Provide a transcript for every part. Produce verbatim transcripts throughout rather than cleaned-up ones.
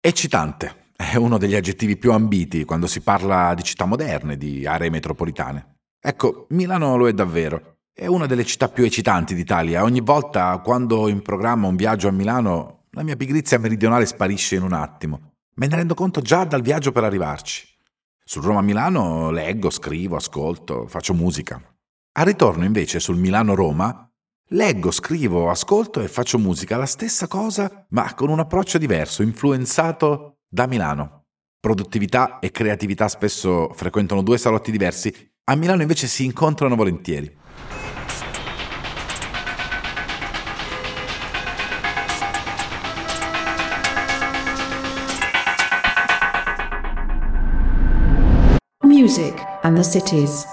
Eccitante è uno degli aggettivi più ambiti quando si parla di città moderne, di aree metropolitane. Ecco, Milano lo è davvero. È una delle città più eccitanti d'Italia. Ogni volta quando ho in programma un viaggio a Milano, la mia pigrizia meridionale sparisce in un attimo. Me ne rendo conto già dal viaggio per arrivarci. Sul Roma-Milano leggo, scrivo, ascolto, faccio musica. Al ritorno invece sul Milano-Roma leggo, scrivo, ascolto e faccio musica, la stessa cosa, ma con un approccio diverso, influenzato da Milano. Produttività e creatività spesso frequentano due salotti diversi, a Milano invece si incontrano volentieri. Music and the Cities.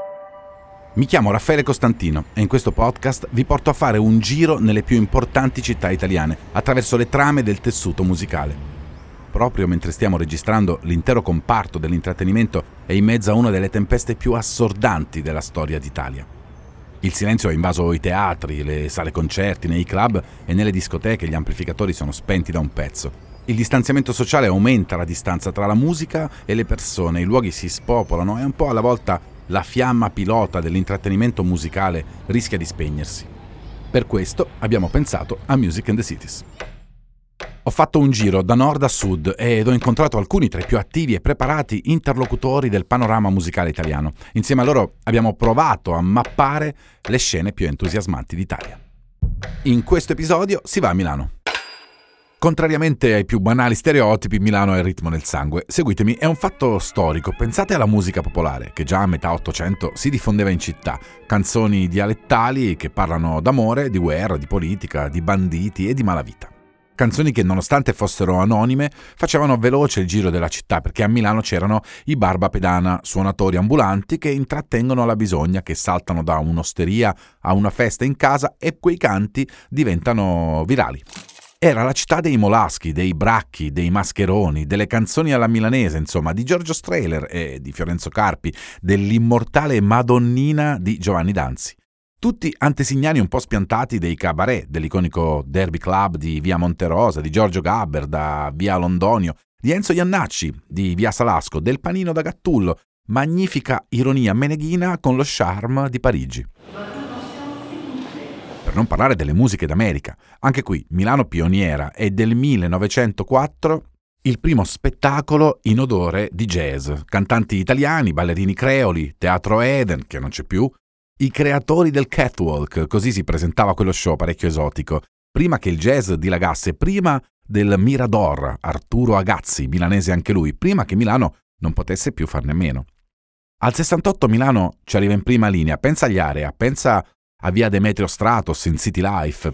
Mi chiamo Raffaele Costantino e in questo podcast vi porto a fare un giro nelle più importanti città italiane attraverso le trame del tessuto musicale. Proprio mentre stiamo registrando, l'intero comparto dell'intrattenimento è in mezzo a una delle tempeste più assordanti della storia d'Italia. Il silenzio ha invaso i teatri, le sale concerti, nei club e nelle discoteche gli amplificatori sono spenti da un pezzo. Il distanziamento sociale aumenta la distanza tra la musica e le persone, i luoghi si spopolano e un po' alla volta la fiamma pilota dell'intrattenimento musicale rischia di spegnersi. Per questo abbiamo pensato a Music and the Cities. Ho fatto un giro da nord a sud ed ho incontrato alcuni tra i più attivi e preparati interlocutori del panorama musicale italiano. Insieme a loro abbiamo provato a mappare le scene più entusiasmanti d'Italia. In questo episodio si va a Milano. Contrariamente ai più banali stereotipi, Milano è il ritmo nel sangue. Seguitemi, è un fatto storico. Pensate alla musica popolare, che già a metà Ottocento si diffondeva in città. Canzoni dialettali che parlano d'amore, di guerra, di politica, di banditi e di malavita. Canzoni che, nonostante fossero anonime, facevano veloce il giro della città, perché a Milano c'erano i barba pedana, suonatori ambulanti che intrattengono la bisogna, che saltano da un'osteria a una festa in casa e quei canti diventano virali. Era la città dei molaschi, dei bracchi, dei mascheroni, delle canzoni alla milanese, insomma, di Giorgio Strehler e di Fiorenzo Carpi, dell'immortale Madonnina di Giovanni Danzi. Tutti antesignani un po' spiantati dei cabaret, dell'iconico Derby Club di via Monterosa, di Giorgio Gabber da via Londonio, di Enzo Iannacci di via Salasco, del Panino da Gattullo, magnifica ironia meneghina con lo charme di Parigi. Per non parlare delle musiche d'America. Anche qui, Milano pioniera, è del millenovecentoquattro il primo spettacolo in odore di jazz. Cantanti italiani, ballerini creoli, Teatro Eden, che non c'è più, i creatori del catwalk, così si presentava quello show parecchio esotico. Prima che il jazz dilagasse, prima del Mirador, Arturo Agazzi, milanese anche lui, prima che Milano non potesse più farne a meno. Al sessantotto Milano ci arriva in prima linea, pensa agli Area, pensa a via Demetrio Stratos in City Life.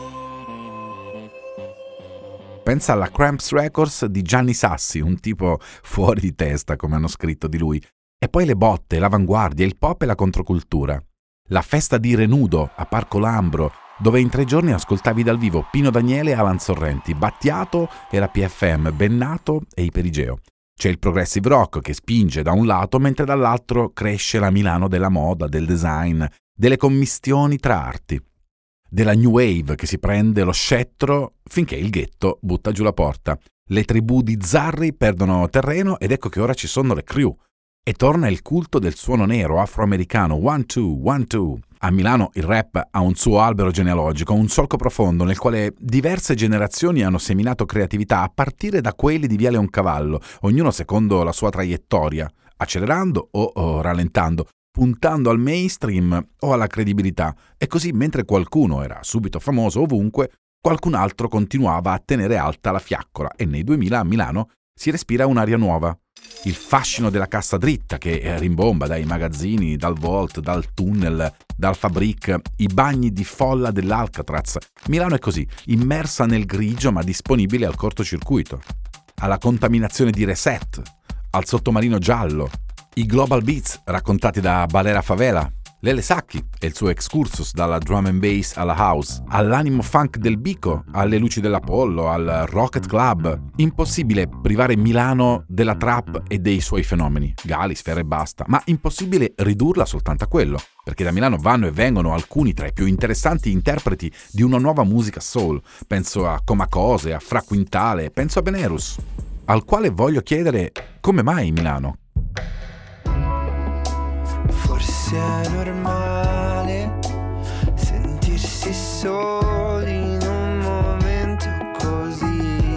Pensa alla Cramps Records di Gianni Sassi, un tipo fuori di testa, come hanno scritto di lui. E poi le botte, l'avanguardia, il pop e la controcultura. La festa di Renudo a Parco Lambro, dove in tre giorni ascoltavi dal vivo Pino Daniele e Alan Sorrenti, Battiato e la P F M, Bennato e Iperigeo. C'è il progressive rock che spinge da un lato, mentre dall'altro cresce la Milano della moda, del design, delle commistioni tra arti, della new wave che si prende lo scettro finché il ghetto butta giù la porta. Le tribù di zarri perdono terreno ed ecco che ora ci sono le crew e torna il culto del suono nero afroamericano one two one two. A Milano il rap ha un suo albero genealogico, un solco profondo nel quale diverse generazioni hanno seminato creatività a partire da quelli di via Leoncavallo, ognuno secondo la sua traiettoria, accelerando o, o rallentando, puntando al mainstream o alla credibilità, e così mentre qualcuno era subito famoso ovunque, qualcun altro continuava a tenere alta la fiaccola e nei duemila a Milano si respira un'aria nuova. Il fascino della cassa dritta che rimbomba dai magazzini, dal Vault, dal tunnel, dal Fabric, i bagni di folla dell'Alcatraz. Milano è così, immersa nel grigio ma disponibile al cortocircuito, alla contaminazione di Reset, al sottomarino giallo, i global beats raccontati da Balera Favela, Lele Sacchi e il suo excursus dalla drum and bass alla house, all'animo funk del Bico, alle luci dell'Apollo, al Rocket Club. Impossibile privare Milano della trap e dei suoi fenomeni, Gali, Sfera e basta, ma impossibile ridurla soltanto a quello, perché da Milano vanno e vengono alcuni tra i più interessanti interpreti di una nuova musica soul. Penso a Comacose, a Fra Quintale, penso a Benerus, al quale voglio chiedere come mai Milano. Forse è normale sentirsi soli in un momento così.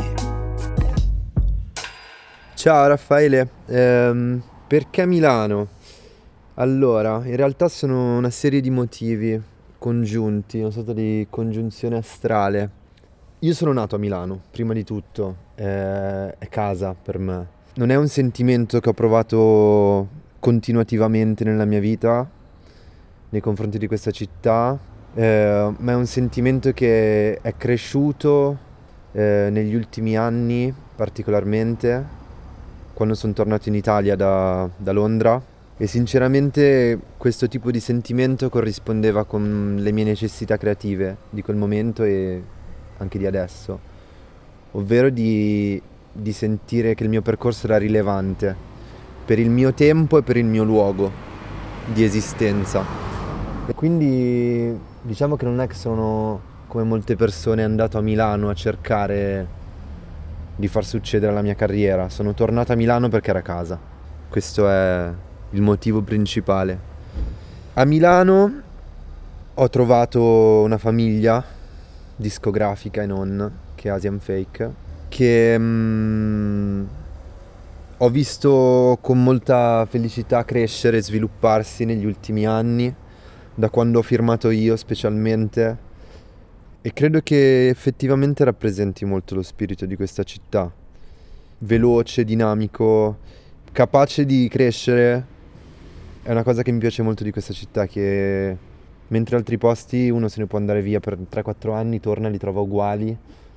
Ciao Raffaele, ehm, perché Milano? Allora, in realtà sono una serie di motivi congiunti, una sorta di congiunzione astrale. Io sono nato a Milano, prima di tutto, eh, è casa per me. Non è un sentimento che ho provato continuativamente nella mia vita nei confronti di questa città, eh, ma è un sentimento che è cresciuto eh, negli ultimi anni, particolarmente quando sono tornato in Italia da, da Londra, e sinceramente questo tipo di sentimento corrispondeva con le mie necessità creative di quel momento e anche di adesso, ovvero di, di sentire che il mio percorso era rilevante per il mio tempo e per il mio luogo di esistenza. E quindi diciamo che non è che sono, come molte persone, andato a Milano a cercare di far succedere la mia carriera. Sono tornato a Milano perché era casa. Questo è il motivo principale. A Milano ho trovato una famiglia discografica e non, che è Asian Fake, che mm, ho visto con molta felicità crescere e svilupparsi negli ultimi anni, da quando ho firmato io specialmente, e credo che effettivamente rappresenti molto lo spirito di questa città. Veloce, dinamico, capace di crescere. È una cosa che mi piace molto di questa città, che mentre altri posti uno se ne può andare via per tre quattro anni, torna e li trova uguali,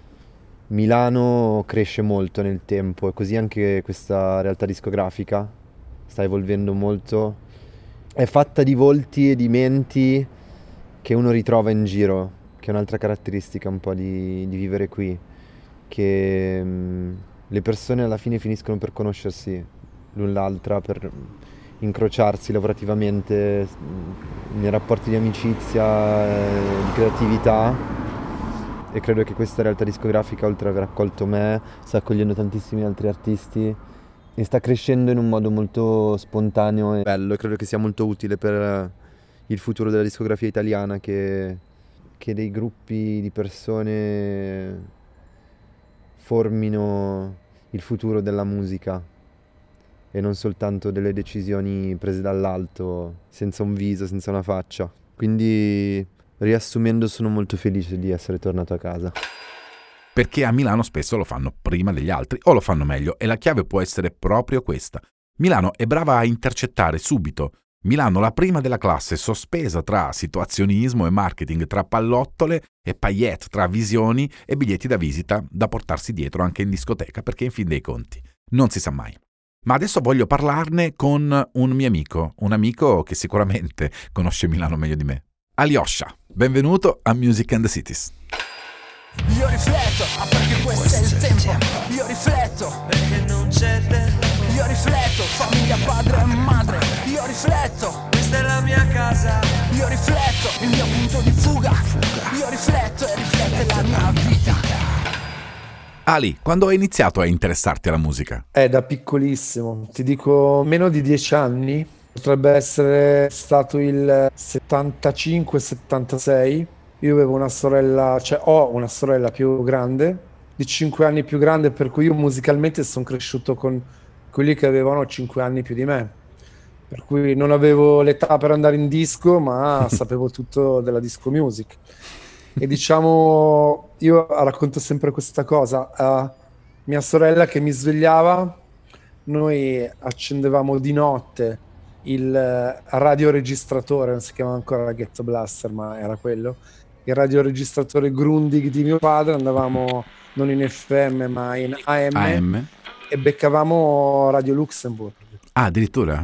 Milano cresce molto nel tempo, e così anche questa realtà discografica sta evolvendo molto. È fatta di volti e di menti che uno ritrova in giro, che è un'altra caratteristica un po' di, di vivere qui, che mh, le persone alla fine finiscono per conoscersi l'un l'altra, per incrociarsi lavorativamente, mh, nei rapporti di amicizia, eh, di creatività. E credo che questa realtà discografica, oltre ad aver accolto me, sta accogliendo tantissimi altri artisti e sta crescendo in un modo molto spontaneo e bello, e credo che sia molto utile per il futuro della discografia italiana, che, che dei gruppi di persone formino il futuro della musica e non soltanto delle decisioni prese dall'alto, senza un viso, senza una faccia. Quindi, riassumendo, sono molto felice di essere tornato a casa. Perché a Milano spesso lo fanno prima degli altri o lo fanno meglio, e la chiave può essere proprio questa. Milano è brava a intercettare subito. Milano la prima della classe, sospesa tra situazionismo e marketing, tra pallottole e paillette, tra visioni e biglietti da visita da portarsi dietro anche in discoteca, perché in fin dei conti non si sa mai. Ma adesso voglio parlarne con un mio amico, un amico che sicuramente conosce Milano meglio di me. Alyosha, benvenuto a Music and the Cities. Io rifletto, ah, perché questo, questo è il tempo. tempo Io rifletto, perché non c'è tempo. Io rifletto, famiglia, padre e madre. Io rifletto, questa è la mia casa. Io rifletto, il mio punto di fuga. Io rifletto e riflette la mia vita. Ali, quando hai iniziato a interessarti alla musica? È da piccolissimo, ti dico meno di dieci anni. Potrebbe essere stato il settantacinque settantasei. Io avevo una sorella, cioè ho una sorella più grande, di cinque anni più grande, per cui io musicalmente sono cresciuto con quelli che avevano cinque anni più di me. Per cui non avevo l'età per andare in disco, ma sapevo tutto della disco music. E diciamo, io racconto sempre questa cosa a mia sorella che mi svegliava, noi accendevamo di notte il radioregistratore, non si chiama ancora Ghetto Blaster, ma era quello, il radioregistratore Grundig di mio padre, andavamo non in F M ma in A M, A M? e beccavamo Radio Luxembourg. Ah, addirittura?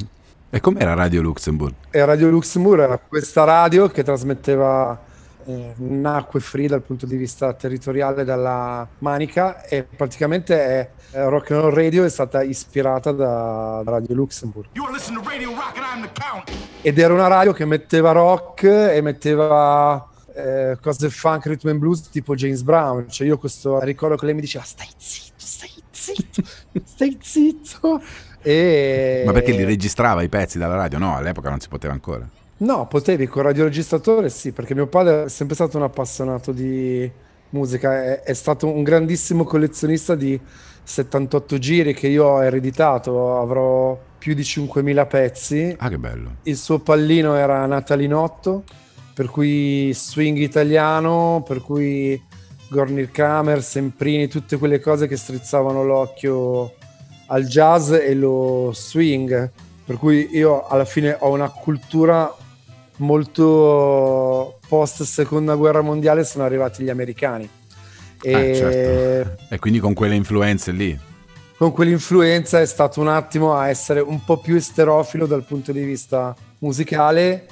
E com'era Radio Luxembourg? E Radio Luxembourg era questa radio che trasmetteva eh, nacque free dal punto di vista territoriale dalla Manica, e praticamente è, è Rock and Roll Radio è stata ispirata da, da Radio Luxembourg. Radio Rock ed era una radio che metteva rock e metteva eh, cose funk, rhythm and blues tipo James Brown. Cioè io questo ricordo che lei mi diceva stai zitto, stai zitto, stai zitto. E... Ma perché li registrava i pezzi dalla radio? No, all'epoca non si poteva ancora. No, potevi con radioregistratore, sì, perché mio padre è sempre stato un appassionato di musica, è, è stato un grandissimo collezionista di settantotto giri che io ho ereditato, avrò più di cinquemila pezzi. Ah, che bello. Il suo pallino era Natalinotto, per cui swing italiano, per cui Gornir Kramer, Semprini, tutte quelle cose che strizzavano l'occhio al jazz e lo swing, per cui io alla fine ho una cultura molto post seconda guerra mondiale, sono arrivati gli americani e, eh, certo. E quindi con quelle influenze lì, con quell'influenza è stato un attimo a essere un po' più esterofilo dal punto di vista musicale,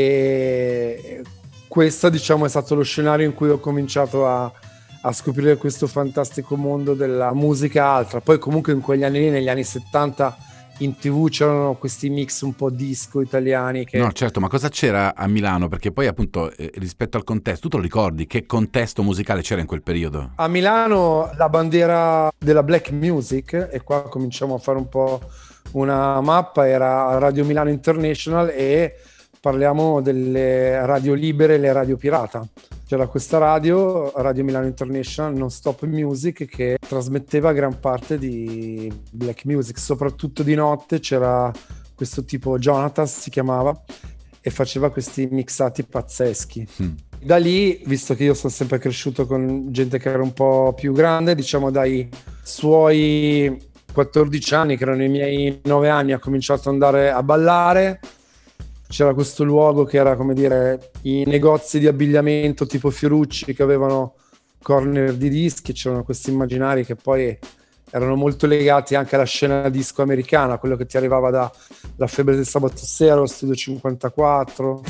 e questo diciamo è stato lo scenario in cui ho cominciato a a scoprire questo fantastico mondo della musica altra. Poi comunque in quegli anni lì, negli anni settanta, in tv c'erano questi mix un po' disco italiani che... No, certo, ma cosa c'era a Milano? Perché poi appunto eh, rispetto al contesto, tu te lo ricordi? Che contesto musicale c'era in quel periodo? A Milano la bandiera della black music, e qua cominciamo a fare un po' una mappa, era Radio Milano International, e parliamo delle radio libere e le radio pirata. C'era questa radio, Radio Milano International, Non Stop Music, che trasmetteva gran parte di black music, soprattutto di notte. C'era questo tipo, Jonathan si chiamava, e faceva questi mixati pazzeschi. Mm. Da lì, visto che io sono sempre cresciuto con gente che era un po' più grande, diciamo dai suoi quattordici anni, che erano i miei nove anni, ho cominciato ad andare a ballare. C'era questo luogo che era, come dire, i negozi di abbigliamento tipo Fiorucci che avevano corner di dischi. C'erano questi immaginari che poi erano molto legati anche alla scena disco americana, quello che ti arrivava da La Febbre del Sabato Sera, Studio cinquantaquattro.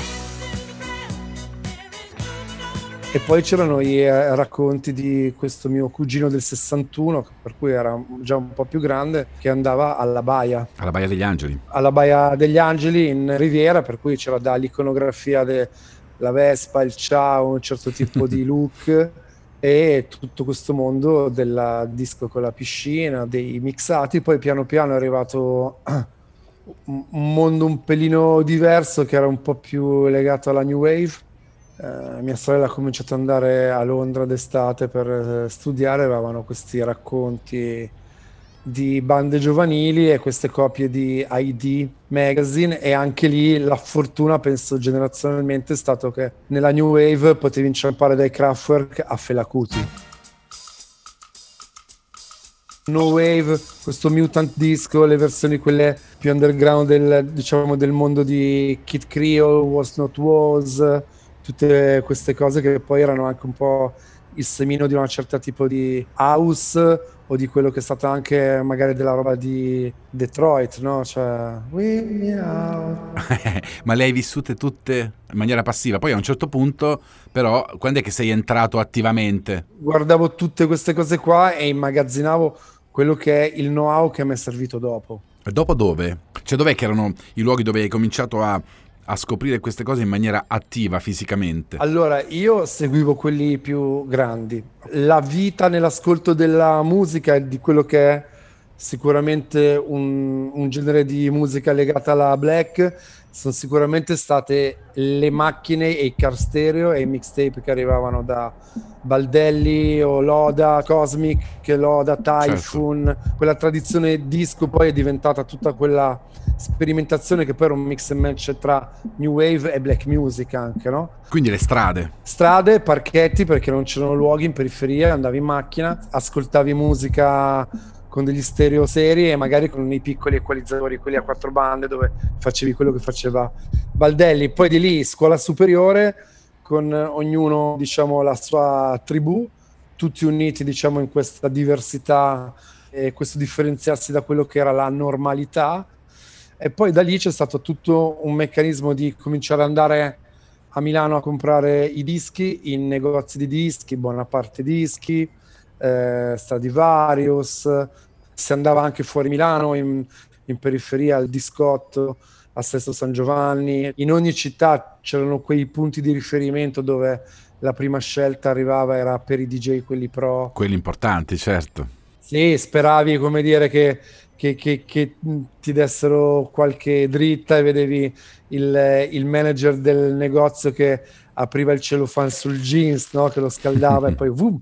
E poi c'erano i eh, racconti di questo mio cugino del sessantuno, per cui era già un po' più grande, che andava alla Baia. Alla Baia degli Angeli. Alla Baia degli Angeli in Riviera, per cui c'era dall'iconografia della Vespa, il Ciao, un certo tipo di look, e tutto questo mondo del disco con la piscina, dei mixati. Poi piano piano è arrivato un mondo un pelino diverso, che era un po' più legato alla New Wave. Uh, mia sorella ha cominciato ad andare a Londra d'estate per uh, studiare, avevano questi racconti di bande giovanili e queste copie di I D Magazine, e anche lì la fortuna, penso generazionalmente, è stato che nella New Wave potevi inciampare dai Kraftwerk a Fela Kuti. No Wave, questo Mutant Disco, le versioni quelle più underground del, diciamo, del mondo di Kid Creole, Was Not Was, tutte queste cose che poi erano anche un po' il semino di una certa tipo di house, o di quello che è stato anche magari della roba di Detroit, no? Cioè, ma le hai vissute tutte in maniera passiva? Poi a un certo punto, però, quando è che sei entrato attivamente? Guardavo tutte queste cose qua e immagazzinavo quello che è il know-how che mi è servito dopo. E dopo dove? Cioè, dov'è che erano i luoghi dove hai cominciato a a scoprire queste cose in maniera attiva fisicamente? Allora, io seguivo quelli più grandi. La vita nell'ascolto della musica e di quello che è sicuramente un, un genere di musica legata alla black sono sicuramente state le macchine e i car stereo e i mixtape che arrivavano da Baldelli o Loda, Cosmic, Loda, Typhoon. Certo. Quella tradizione disco poi è diventata tutta quella sperimentazione che poi era un mix and match tra new wave e black music anche, no? Quindi le strade. Strade, parchetti, perché non c'erano luoghi in periferia, andavi in macchina, ascoltavi musica con degli stereo seri e magari con dei piccoli equalizzatori, quelli a quattro bande, dove facevi quello che faceva Baldelli. Poi di lì scuola superiore, con ognuno, diciamo, la sua tribù, tutti uniti, diciamo, in questa diversità e questo differenziarsi da quello che era la normalità. E poi da lì c'è stato tutto un meccanismo di cominciare ad andare a Milano a comprare i dischi in negozi di dischi, Bonaparte Dischi, eh, Stradivarius, si andava anche fuori Milano, in, in periferia al Discotto, a Sesto San Giovanni. In ogni città c'erano quei punti di riferimento dove la prima scelta arrivava, era per i D J, quelli pro. Quelli importanti, certo. Sì, speravi, come dire, che, che, che, che ti dessero qualche dritta e vedevi il, il manager del negozio che apriva il cellophane sul jeans, no? Che lo scaldava e poi vum.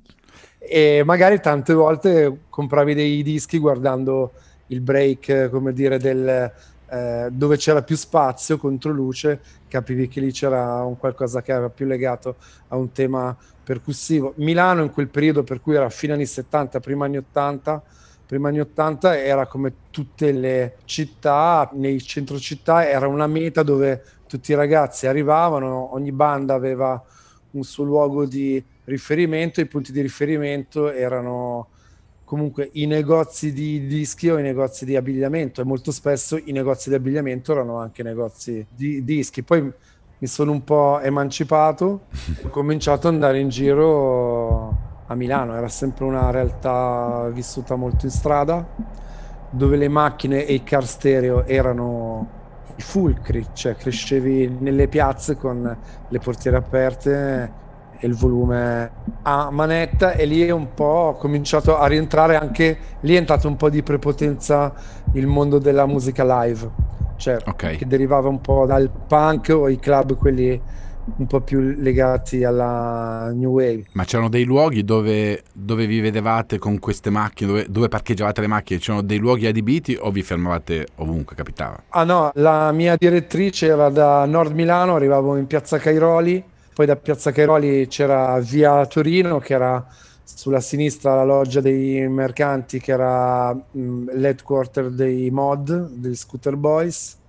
E magari tante volte compravi dei dischi guardando il break, come dire, del, eh, dove c'era più spazio contro luce, capivi che lì c'era un qualcosa che era più legato a un tema percussivo. Milano in quel periodo, per cui era fine anni settanta, prima anni ottanta, prima anni ottanta era come tutte le città, nei centro città era una meta dove tutti i ragazzi arrivavano, ogni banda aveva un suo luogo di riferimento, i punti di riferimento erano comunque i negozi di dischi o i negozi di abbigliamento, e molto spesso i negozi di abbigliamento erano anche negozi di dischi. Poi mi sono un po' emancipato, ho cominciato ad andare in giro a Milano, era sempre una realtà vissuta molto in strada, dove le macchine e i car stereo erano i fulcri, cioè crescevi nelle piazze con le portiere aperte e il volume a manetta, e lì è un po' ho cominciato a rientrare, anche lì è entrato un po' di prepotenza il mondo della musica live, cioè okay. che derivava un po' dal punk o i club, quelli un po' più legati alla new wave. Ma c'erano dei luoghi dove, dove vi vedevate con queste macchine, dove, dove parcheggiavate le macchine? C'erano dei luoghi adibiti o vi fermavate ovunque capitava? Ah no, la mia direttrice era da Nord Milano, arrivavo in piazza Cairoli, poi da piazza Cairoli c'era via Torino, che era sulla sinistra la loggia dei mercanti, che era mh, l'headquarter dei Mod, degli Scooter Boys.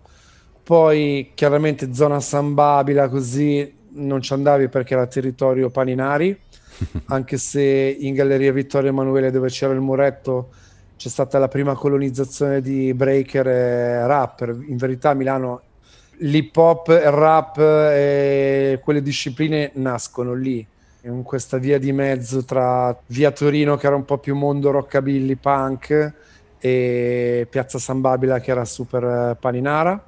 Poi chiaramente zona San Babila, così non ci andavi perché era territorio Paninari, anche se in Galleria Vittorio Emanuele, dove c'era il muretto, c'è stata la prima colonizzazione di breaker e rapper. In verità a Milano l'hip hop, il rap e quelle discipline nascono lì, in questa via di mezzo tra via Torino, che era un po' più mondo rockabilly punk, e piazza San Babila, che era super paninara.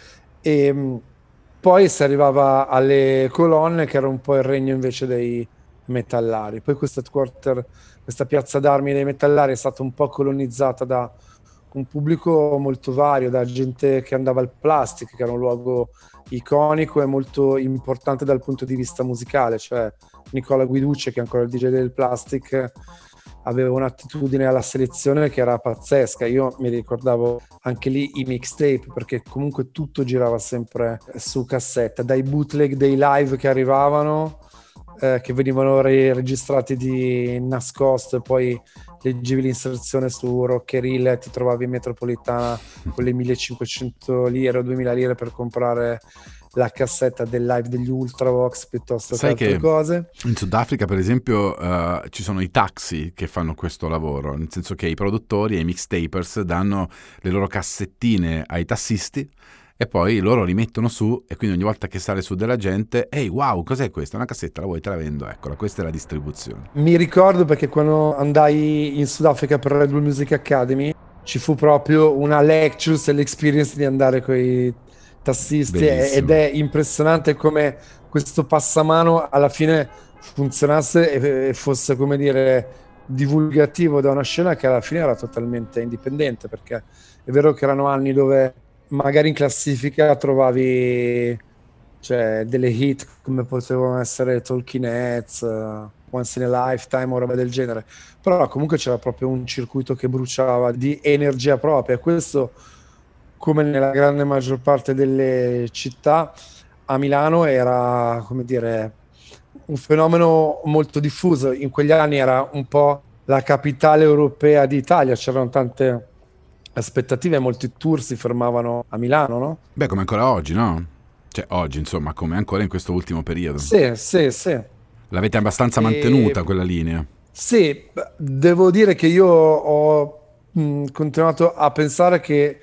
E poi si arrivava alle colonne, che era un po' il regno invece dei metallari. Poi questa headquarter, questa piazza d'armi dei metallari è stata un po' colonizzata da un pubblico molto vario, da gente che andava al Plastic, che era un luogo iconico e molto importante dal punto di vista musicale, cioè Nicola Guiducci, che è ancora il D J del Plastic, aveva un'attitudine alla selezione che era pazzesca. Io mi ricordavo anche lì i mixtape, perché comunque tutto girava sempre su cassetta, dai bootleg dei live che arrivavano, eh, che venivano re- registrati di nascosto, e poi leggevi l'inserzione su Rockerile e ti trovavi in metropolitana con le millecinquecento lire o duemila lire per comprare la cassetta del live degli Ultravox piuttosto che Sai altre che cose. In Sudafrica, per esempio, uh, ci sono i taxi che fanno questo lavoro, nel senso che i produttori e i mixtapers danno le loro cassettine ai tassisti e poi loro li mettono su, e quindi ogni volta che sale su della gente, ehi wow, cos'è questa? Una cassetta, la vuoi? Te la vendo, eccola, questa è la distribuzione. Mi ricordo perché quando andai in Sudafrica per Red Bull Music Academy ci fu proprio una lecture e l'experience di andare con i tassisti. Bellissimo. Ed è impressionante come questo passamano alla fine funzionasse e fosse, come dire, divulgativo da una scena che alla fine era totalmente indipendente, perché è vero che erano anni dove magari in classifica trovavi, cioè, delle hit come potevano essere Talking Heads, uh, Once in a Lifetime o roba del genere, però comunque c'era proprio un circuito che bruciava di energia propria, e questo, come nella grande maggior parte delle città, a Milano era, come dire, un fenomeno molto diffuso. In quegli anni era un po' la capitale europea d'Italia, c'erano tante aspettative, molti tour si fermavano a Milano, no? Beh, come ancora oggi, no? Cioè oggi, insomma, come ancora in questo ultimo periodo. Sì, sì, sì. L'avete abbastanza E... mantenuta quella linea? Sì, devo dire che io ho mh, continuato a pensare che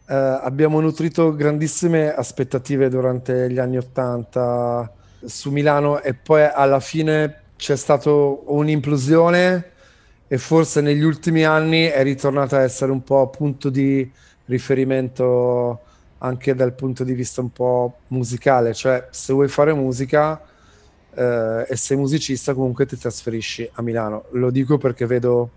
Eh, abbiamo nutrito grandissime aspettative durante gli anni Ottanta su Milano e poi alla fine c'è stata un'implosione e forse negli ultimi anni è ritornata a essere un po' punto di riferimento anche dal punto di vista un po' musicale, cioè se vuoi fare musica eh, e sei musicista comunque ti trasferisci a Milano. Lo dico perché vedo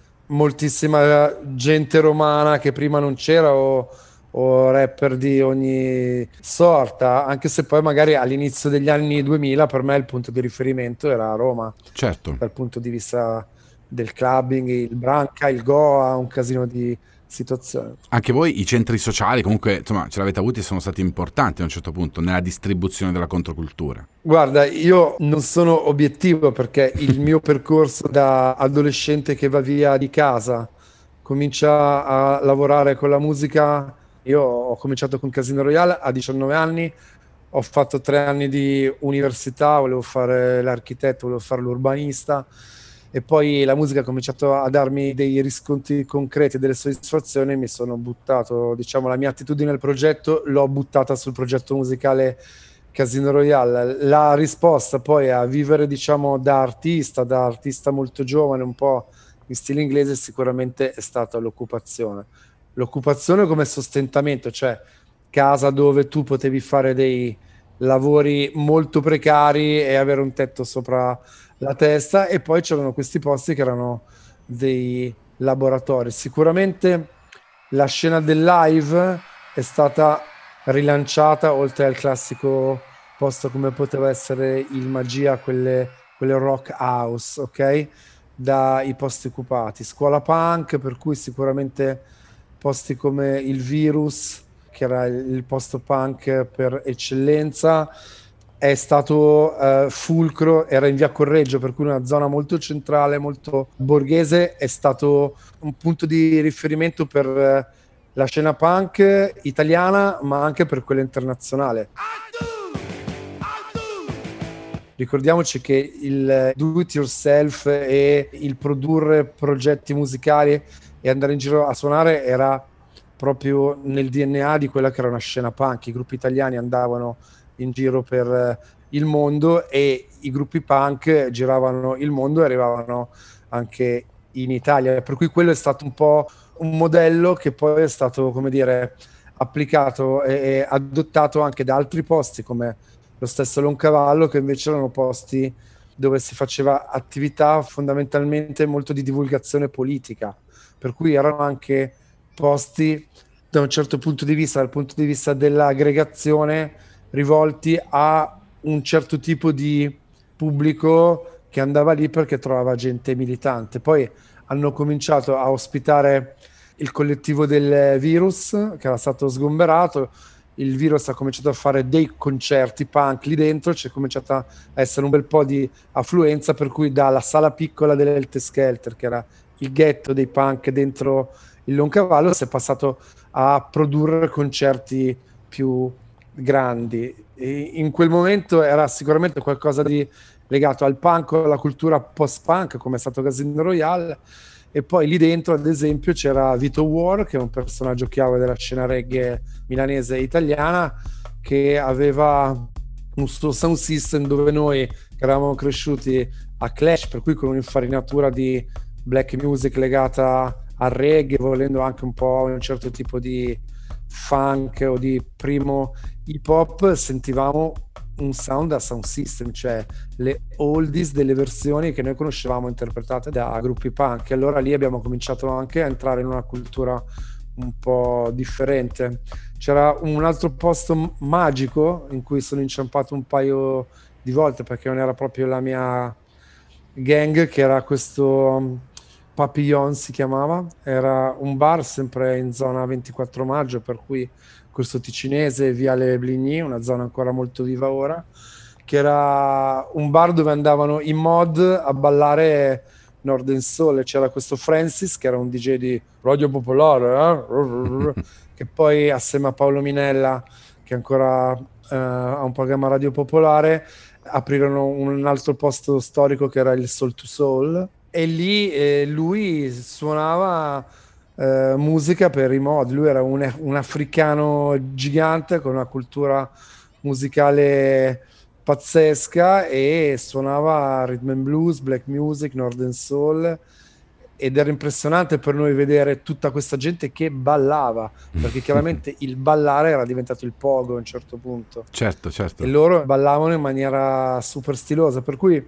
moltissima gente romana che prima non c'era o, o rapper di ogni sorta, anche se poi magari all'inizio degli anni duemila per me il punto di riferimento era Roma, Certo. dal punto di vista del clubbing, il Branca, il Goa, un casino di situazioni. Anche voi i centri sociali comunque insomma ce l'avete avuti e sono stati importanti a un certo punto nella distribuzione della controcultura. Guarda, io non sono obiettivo perché il mio percorso da adolescente che va via di casa comincia a lavorare con la musica. Io ho cominciato con Casino Royale a diciannove anni, ho fatto tre anni di università, volevo fare l'architetto, volevo fare l'urbanista e poi la musica ha cominciato a darmi dei riscontri concreti, delle soddisfazioni e mi sono buttato, diciamo, la mia attitudine al progetto l'ho buttata sul progetto musicale Casino Royale. La risposta poi a vivere, diciamo, da artista, da artista molto giovane, un po' in stile inglese, sicuramente è stata l'occupazione. L'occupazione come sostentamento, cioè casa dove tu potevi fare dei lavori molto precari e avere un tetto sopra la testa, e poi c'erano questi posti che erano dei laboratori. Sicuramente la scena del live è stata rilanciata, oltre al classico posto come poteva essere il Magia, quelle, quelle rock house, ok? Dai posti occupati. Scuola punk, per cui sicuramente posti come il Virus, che era il posto punk per eccellenza, è stato eh, fulcro, era in via Correggio, per cui una zona molto centrale, molto borghese, è stato un punto di riferimento per eh, la scena punk italiana, ma anche per quella internazionale. Ricordiamoci che il do it yourself e il produrre progetti musicali e andare in giro a suonare era proprio nel D N A di quella che era una scena punk. I gruppi italiani andavano in giro per il mondo e i gruppi punk giravano il mondo e arrivavano anche in Italia, per cui quello è stato un po' un modello che poi è stato, come dire, applicato e adottato anche da altri posti come lo stesso Loncavallo, che invece erano posti dove si faceva attività fondamentalmente molto di divulgazione politica, per cui erano anche posti da un certo punto di vista, dal punto di vista dell'aggregazione, rivolti a un certo tipo di pubblico che andava lì perché trovava gente militante. Poi hanno cominciato a ospitare il collettivo del Virus, che era stato sgomberato. Il Virus ha cominciato a fare dei concerti punk lì dentro, c'è cominciata a essere un bel po' di affluenza, per cui dalla sala piccola dell'Helter Skelter, che era il ghetto dei punk dentro il Loncavallo, si è passato a produrre concerti più grandi. E in quel momento era sicuramente qualcosa di legato al punk, alla cultura post-punk, come è stato Casino Royale. E poi lì dentro, ad esempio, c'era Vito War, che è un personaggio chiave della scena reggae milanese e italiana, che aveva un suo sound system dove noi, che eravamo cresciuti a Clash, per cui con un'infarinatura di black music legata al reggae, volendo anche un po' un certo tipo di funk o di primo hip hop, sentivamo un sound a sound system, cioè le oldies delle versioni che noi conoscevamo interpretate da gruppi punk. E allora lì abbiamo cominciato anche a entrare in una cultura un po' differente. C'era un altro posto magico in cui sono inciampato un paio di volte perché non era proprio la mia gang, che era questo Papillon, si chiamava, era un bar sempre in zona ventiquattro maggio, per cui questo ticinese, Viale Bligny, una zona ancora molto viva ora, che era un bar dove andavano i mod a ballare Northern Soul. C'era questo Francis, che era un D J di Radio Popolare, eh? che poi assieme a Paolo Minella, che ancora eh, ha un programma Radio Popolare, aprirono un altro posto storico che era il Soul to Soul, e lì eh, lui suonava eh, musica per i mod. Lui era un, un africano gigante con una cultura musicale pazzesca e suonava rhythm and blues, black music, northern soul, ed era impressionante per noi vedere tutta questa gente che ballava, perché chiaramente il ballare era diventato il pogo a un certo punto. Certo, certo. E loro ballavano in maniera super stilosa, per cui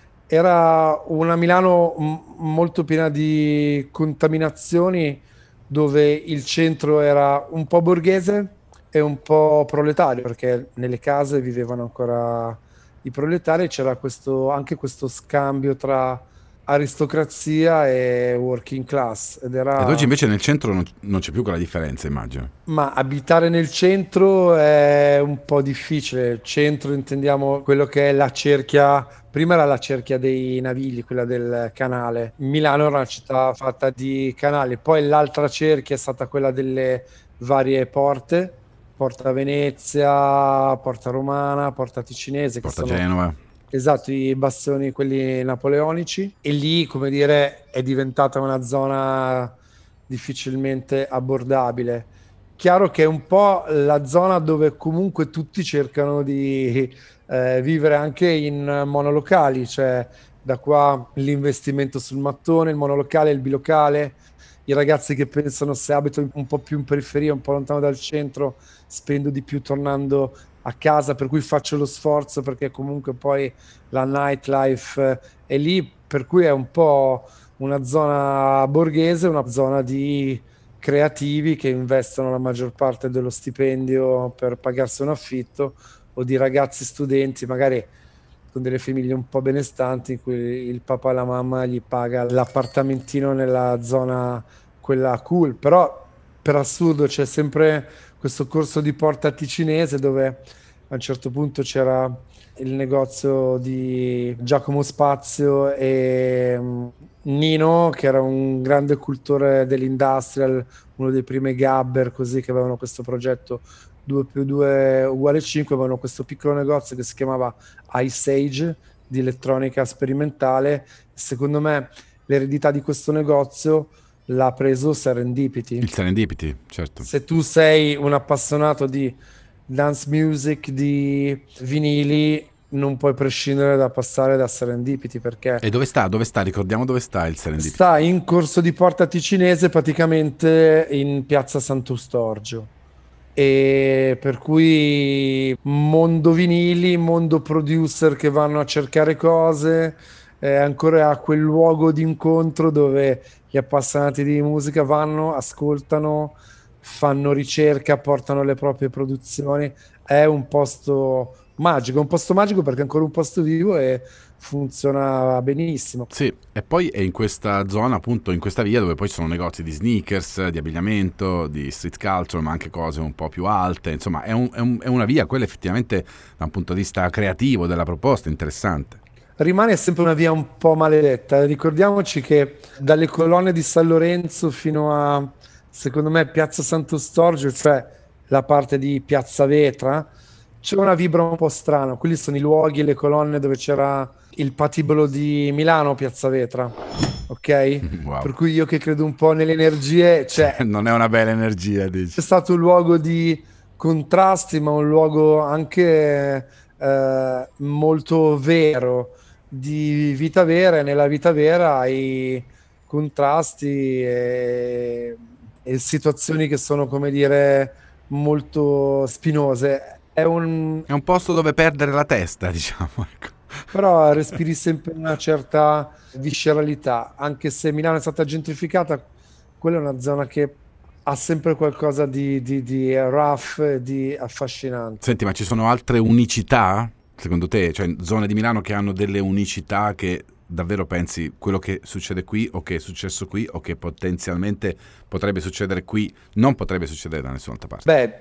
era una Milano m- molto piena di contaminazioni, dove il centro era un po' borghese e un po' proletario, perché nelle case vivevano ancora i proletari, c'era questo, anche questo scambio tra aristocrazia e working class, ed era... Ed oggi invece nel centro non, non c'è più quella differenza, immagino. Ma abitare nel centro è un po' difficile. Centro intendiamo quello che è la cerchia, prima era la cerchia dei Navigli, quella del canale. Milano era una città fatta di canali, poi l'altra cerchia è stata quella delle varie porte, Porta Venezia, Porta Romana, Porta Ticinese, che Porta sono... Genova. Esatto, i bastioni, quelli napoleonici, e lì, come dire, è diventata una zona difficilmente abbordabile. Chiaro che è un po' la zona dove comunque tutti cercano di eh, vivere anche in monolocali, cioè da qua l'investimento sul mattone, il monolocale, il bilocale, i ragazzi che pensano, se abito un po' più in periferia, un po' lontano dal centro, spendo di più tornando a casa, per cui faccio lo sforzo, perché comunque poi la nightlife è lì, per cui è un po' una zona borghese, una zona di creativi che investono la maggior parte dello stipendio per pagarsi un affitto, o di ragazzi studenti magari con delle famiglie un po' benestanti in cui il papà e la mamma gli paga l'appartamentino nella zona quella cool. Però per assurdo c'è sempre questo corso di Porta Ticinese, dove a un certo punto c'era il negozio di Giacomo Spazio e um, Nino, che era un grande cultore dell'industrial, uno dei primi gabber, così, che avevano questo progetto due più due uguale cinque, avevano questo piccolo negozio che si chiamava Ice Age, di elettronica sperimentale. Secondo me l'eredità di questo negozio l'ha preso Serendipity. Il Serendipity, certo. Se tu sei un appassionato di dance music, di vinili, non puoi prescindere da passare da Serendipity, perché... E dove sta? Dove sta? Ricordiamo dove sta il Serendipity. Sta in Corso di Porta Ticinese, praticamente in piazza Sant'Eustorgio. E per cui mondo vinili, mondo producer che vanno a cercare cose, eh, ancora a quel luogo di incontro dove gli appassionati di musica vanno, ascoltano, fanno ricerca, portano le proprie produzioni. È un posto magico, un posto magico perché è ancora un posto vivo e funziona benissimo. Sì, e poi è in questa zona, appunto, in questa via dove poi ci sono negozi di sneakers, di abbigliamento, di street culture, ma anche cose un po' più alte. Insomma, è, un, è, un, è una via, quella effettivamente da un punto di vista creativo della proposta, interessante. Rimane sempre una via un po' maledetta. Ricordiamoci che dalle colonne di San Lorenzo fino a, secondo me, Piazza Sant'Eustorgio, cioè la parte di Piazza Vetra, c'è una vibra un po' strana. Quelli sono i luoghi e le colonne dove c'era il patibolo di Milano, Piazza Vetra, ok? Wow. Per cui io, che credo un po' nelle energie, cioè, non è una bella energia, dici. È stato un luogo di contrasti, ma un luogo anche eh, molto vero, di vita vera, e nella vita vera hai contrasti e, e situazioni che sono, come dire, molto spinose. È un... È un posto dove perdere la testa, diciamo, ecco. Però respiri sempre una certa visceralità, anche se Milano è stata gentrificata, quella è una zona che ha sempre qualcosa di, di, di rough e di affascinante. Senti, ma ci sono altre unicità, secondo te? Cioè zone di Milano che hanno delle unicità che davvero pensi quello che succede qui o che è successo qui o che potenzialmente potrebbe succedere qui non potrebbe succedere da nessun'altra parte? Beh,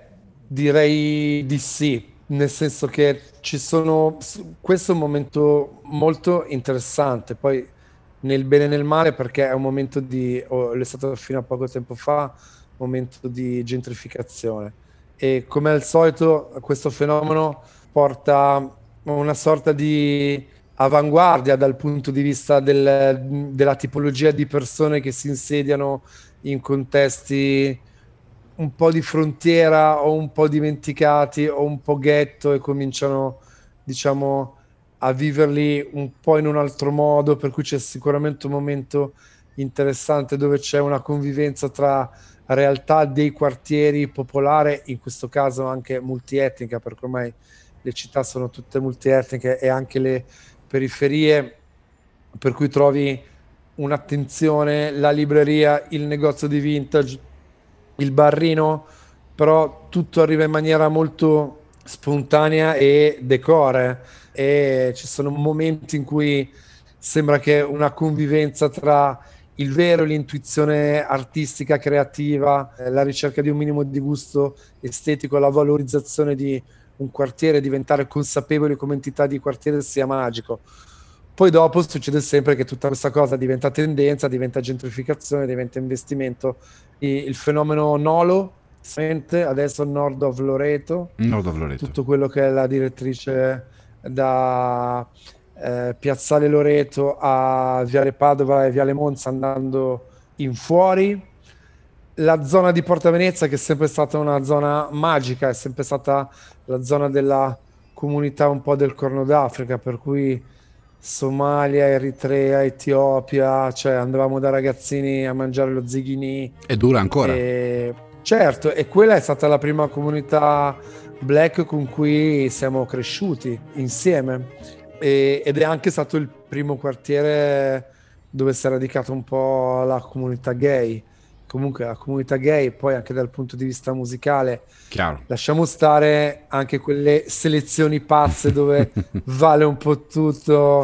direi di sì, nel senso che ci sono... Questo è un momento molto interessante, poi nel bene e nel male, perché è un momento di... Oh, l'è stato fino a poco tempo fa, momento di gentrificazione. E come al solito questo fenomeno porta una sorta di avanguardia dal punto di vista del, della tipologia di persone che si insediano in contesti un po' di frontiera o un po' dimenticati o un po' ghetto, e cominciano, diciamo, a viverli un po' in un altro modo, per cui c'è sicuramente un momento interessante dove c'è una convivenza tra realtà dei quartieri popolare, in questo caso anche multietnica, perché ormai le città sono tutte multietniche, e anche le periferie, per cui trovi un'attenzione, la libreria, il negozio di vintage, il barrino, però tutto arriva in maniera molto spontanea e decore, e ci sono momenti in cui sembra che una convivenza tra il vero, l'intuizione artistica, creativa, eh, la ricerca di un minimo di gusto estetico, la valorizzazione di un quartiere, diventare consapevoli come entità di quartiere, sia magico. Poi dopo succede sempre che tutta questa cosa diventa tendenza, diventa gentrificazione, diventa investimento. Il fenomeno Nolo, adesso Nord of Loreto, Nord of Loreto, tutto quello che è la direttrice da eh, Piazzale Loreto a Viale Padova e Viale Monza, andando in fuori. La zona di Porta Venezia, che è sempre stata una zona magica, è sempre stata la zona della comunità un po' del Corno d'Africa, per cui Somalia, Eritrea, Etiopia, cioè andavamo da ragazzini a mangiare lo zighinì. E dura ancora. E, certo, e quella è stata la prima comunità black con cui siamo cresciuti insieme, e, ed è anche stato il primo quartiere dove si è radicato un po' la comunità gay. Comunque la comunità gay, poi anche dal punto di vista musicale, chiaro, lasciamo stare anche quelle selezioni pazze dove vale un po' tutto,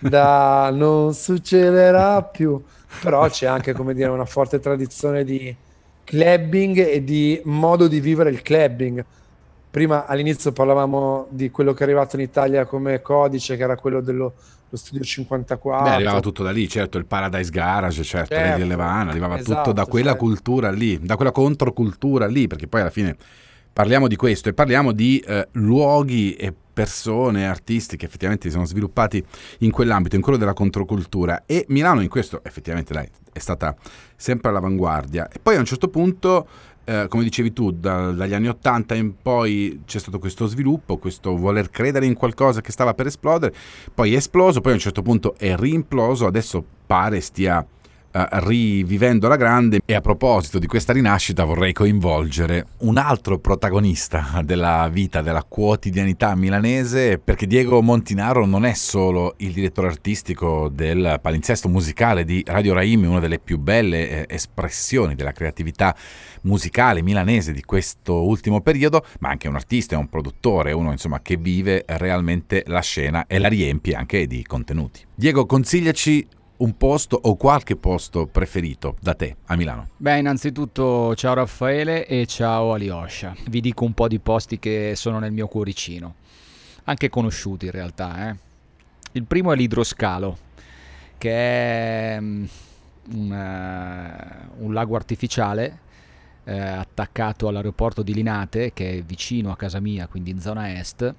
da non succederà più, però c'è anche, come dire, una forte tradizione di clubbing e di modo di vivere il clubbing. Prima all'inizio parlavamo di quello che è arrivato in Italia come codice, che era quello dello lo Studio cinquantaquattro. Beh, arrivava tutto da lì, certo, il Paradise Garage, certo, certo Lady Levana, arrivava esatto, tutto da quella cioè... cultura lì, da quella controcultura lì, perché poi alla fine parliamo di questo e parliamo di eh, luoghi e persone, artisti che effettivamente si sono sviluppati in quell'ambito, in quello della controcultura, e Milano in questo effettivamente dai, è stata sempre all'avanguardia. E poi a un certo punto, eh, come dicevi tu, da, dagli anni ottanta in poi c'è stato questo sviluppo, questo voler credere in qualcosa che stava per esplodere, poi è esploso, poi a un certo punto è rimploso, adesso pare stia Uh, rivivendo alla grande. E a proposito di questa rinascita vorrei coinvolgere un altro protagonista della vita, della quotidianità milanese, perché Diego Montinaro non è solo il direttore artistico del palinsesto musicale di Radio Raimi, una delle più belle eh, espressioni della creatività musicale milanese di questo ultimo periodo, ma anche un artista, è un produttore, uno insomma che vive realmente la scena e la riempie anche di contenuti. Diego, consigliaci un posto o qualche posto preferito da te a Milano. Beh, innanzitutto ciao Raffaele e ciao Alyosha. Vi dico un po' di posti che sono nel mio cuoricino, anche conosciuti in realtà. Eh. Il primo è l'Idroscalo, che è um, un, uh, un lago artificiale eh, attaccato all'aeroporto di Linate, che è vicino a casa mia, quindi in zona est,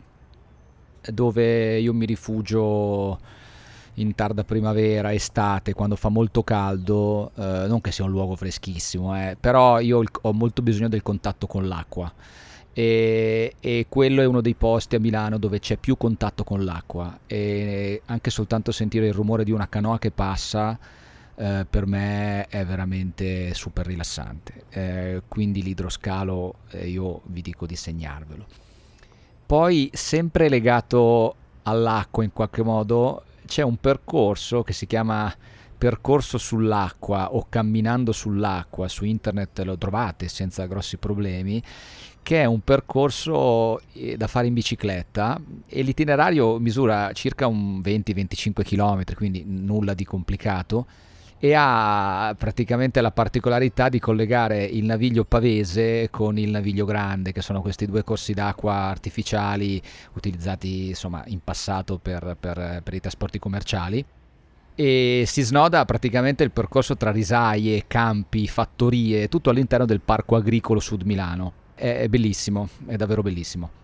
dove io mi rifugio in tarda primavera, estate, quando fa molto caldo, eh, non che sia un luogo freschissimo, eh, però io ho molto bisogno del contatto con l'acqua, e, e quello è uno dei posti a Milano dove c'è più contatto con l'acqua, e anche soltanto sentire il rumore di una canoa che passa eh, per me è veramente super rilassante, eh, quindi l'Idroscalo eh, io vi dico di segnarvelo. Poi, sempre legato all'acqua in qualche modo, c'è un percorso che si chiama Percorso sull'acqua o Camminando sull'acqua, su internet lo trovate senza grossi problemi, che è un percorso da fare in bicicletta, e l'itinerario misura circa un venti venticinque chilometri, quindi nulla di complicato, e ha praticamente la particolarità di collegare il Naviglio Pavese con il Naviglio Grande, che sono questi due corsi d'acqua artificiali utilizzati insomma in passato per, per, per i trasporti commerciali, e si snoda praticamente il percorso tra risaie, campi, fattorie, tutto all'interno del Parco Agricolo Sud Milano. È, è bellissimo, è davvero bellissimo.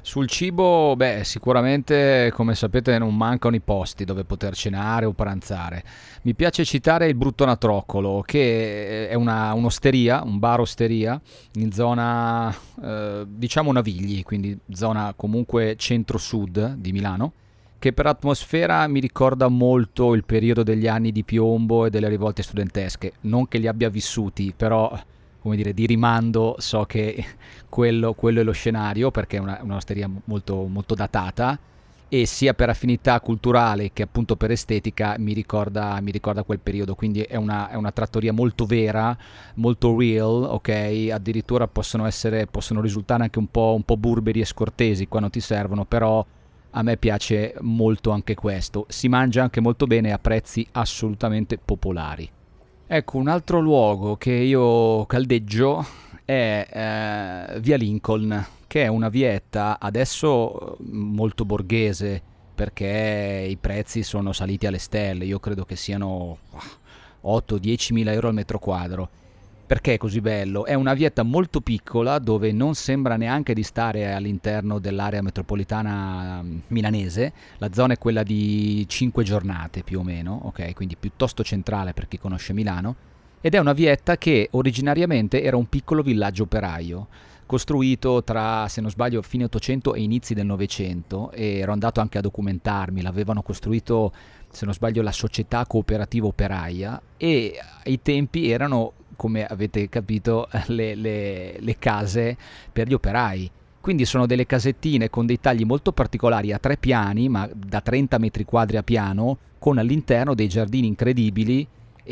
Sul cibo, beh, sicuramente, come sapete, non mancano i posti dove poter cenare o pranzare. Mi piace citare il Brutto Natroccolo, che è una, un'osteria, un bar osteria, in zona, eh, diciamo Navigli, quindi zona comunque centro-sud di Milano, che per atmosfera mi ricorda molto il periodo degli anni di piombo e delle rivolte studentesche. Non che li abbia vissuti, però, come dire, di rimando so che quello, quello è lo scenario, perché è una, un'osteria molto, molto datata, e sia per affinità culturale che appunto per estetica mi ricorda, mi ricorda quel periodo. Quindi è una, è una trattoria molto vera, molto real, ok? Addirittura possono essere, possono risultare anche un po', un po' burberi e scortesi quando ti servono, però a me piace molto anche questo. Si mangia anche molto bene a prezzi assolutamente popolari. Ecco, un altro luogo che io caldeggio è eh, Via Lincoln, che è una vietta adesso molto borghese, perché i prezzi sono saliti alle stelle. Io credo che siano otto dieci mila euro al metro quadro. Perché è così bello? È una vietta molto piccola dove non sembra neanche di stare all'interno dell'area metropolitana milanese. La zona è quella di cinque giornate più o meno, ok? Quindi piuttosto centrale per chi conosce Milano. Ed è una vietta che originariamente era un piccolo villaggio operaio, costruito tra, se non sbaglio, fine ottocento e inizi del novecento, e ero andato anche a documentarmi. L'avevano costruito, se non sbaglio, la Società Cooperativa Operaia, e ai tempi erano, come avete capito, le, le, le case per gli operai. Quindi sono delle casettine con dei tagli molto particolari a tre piani, ma da trenta metri quadri a piano, con all'interno dei giardini incredibili,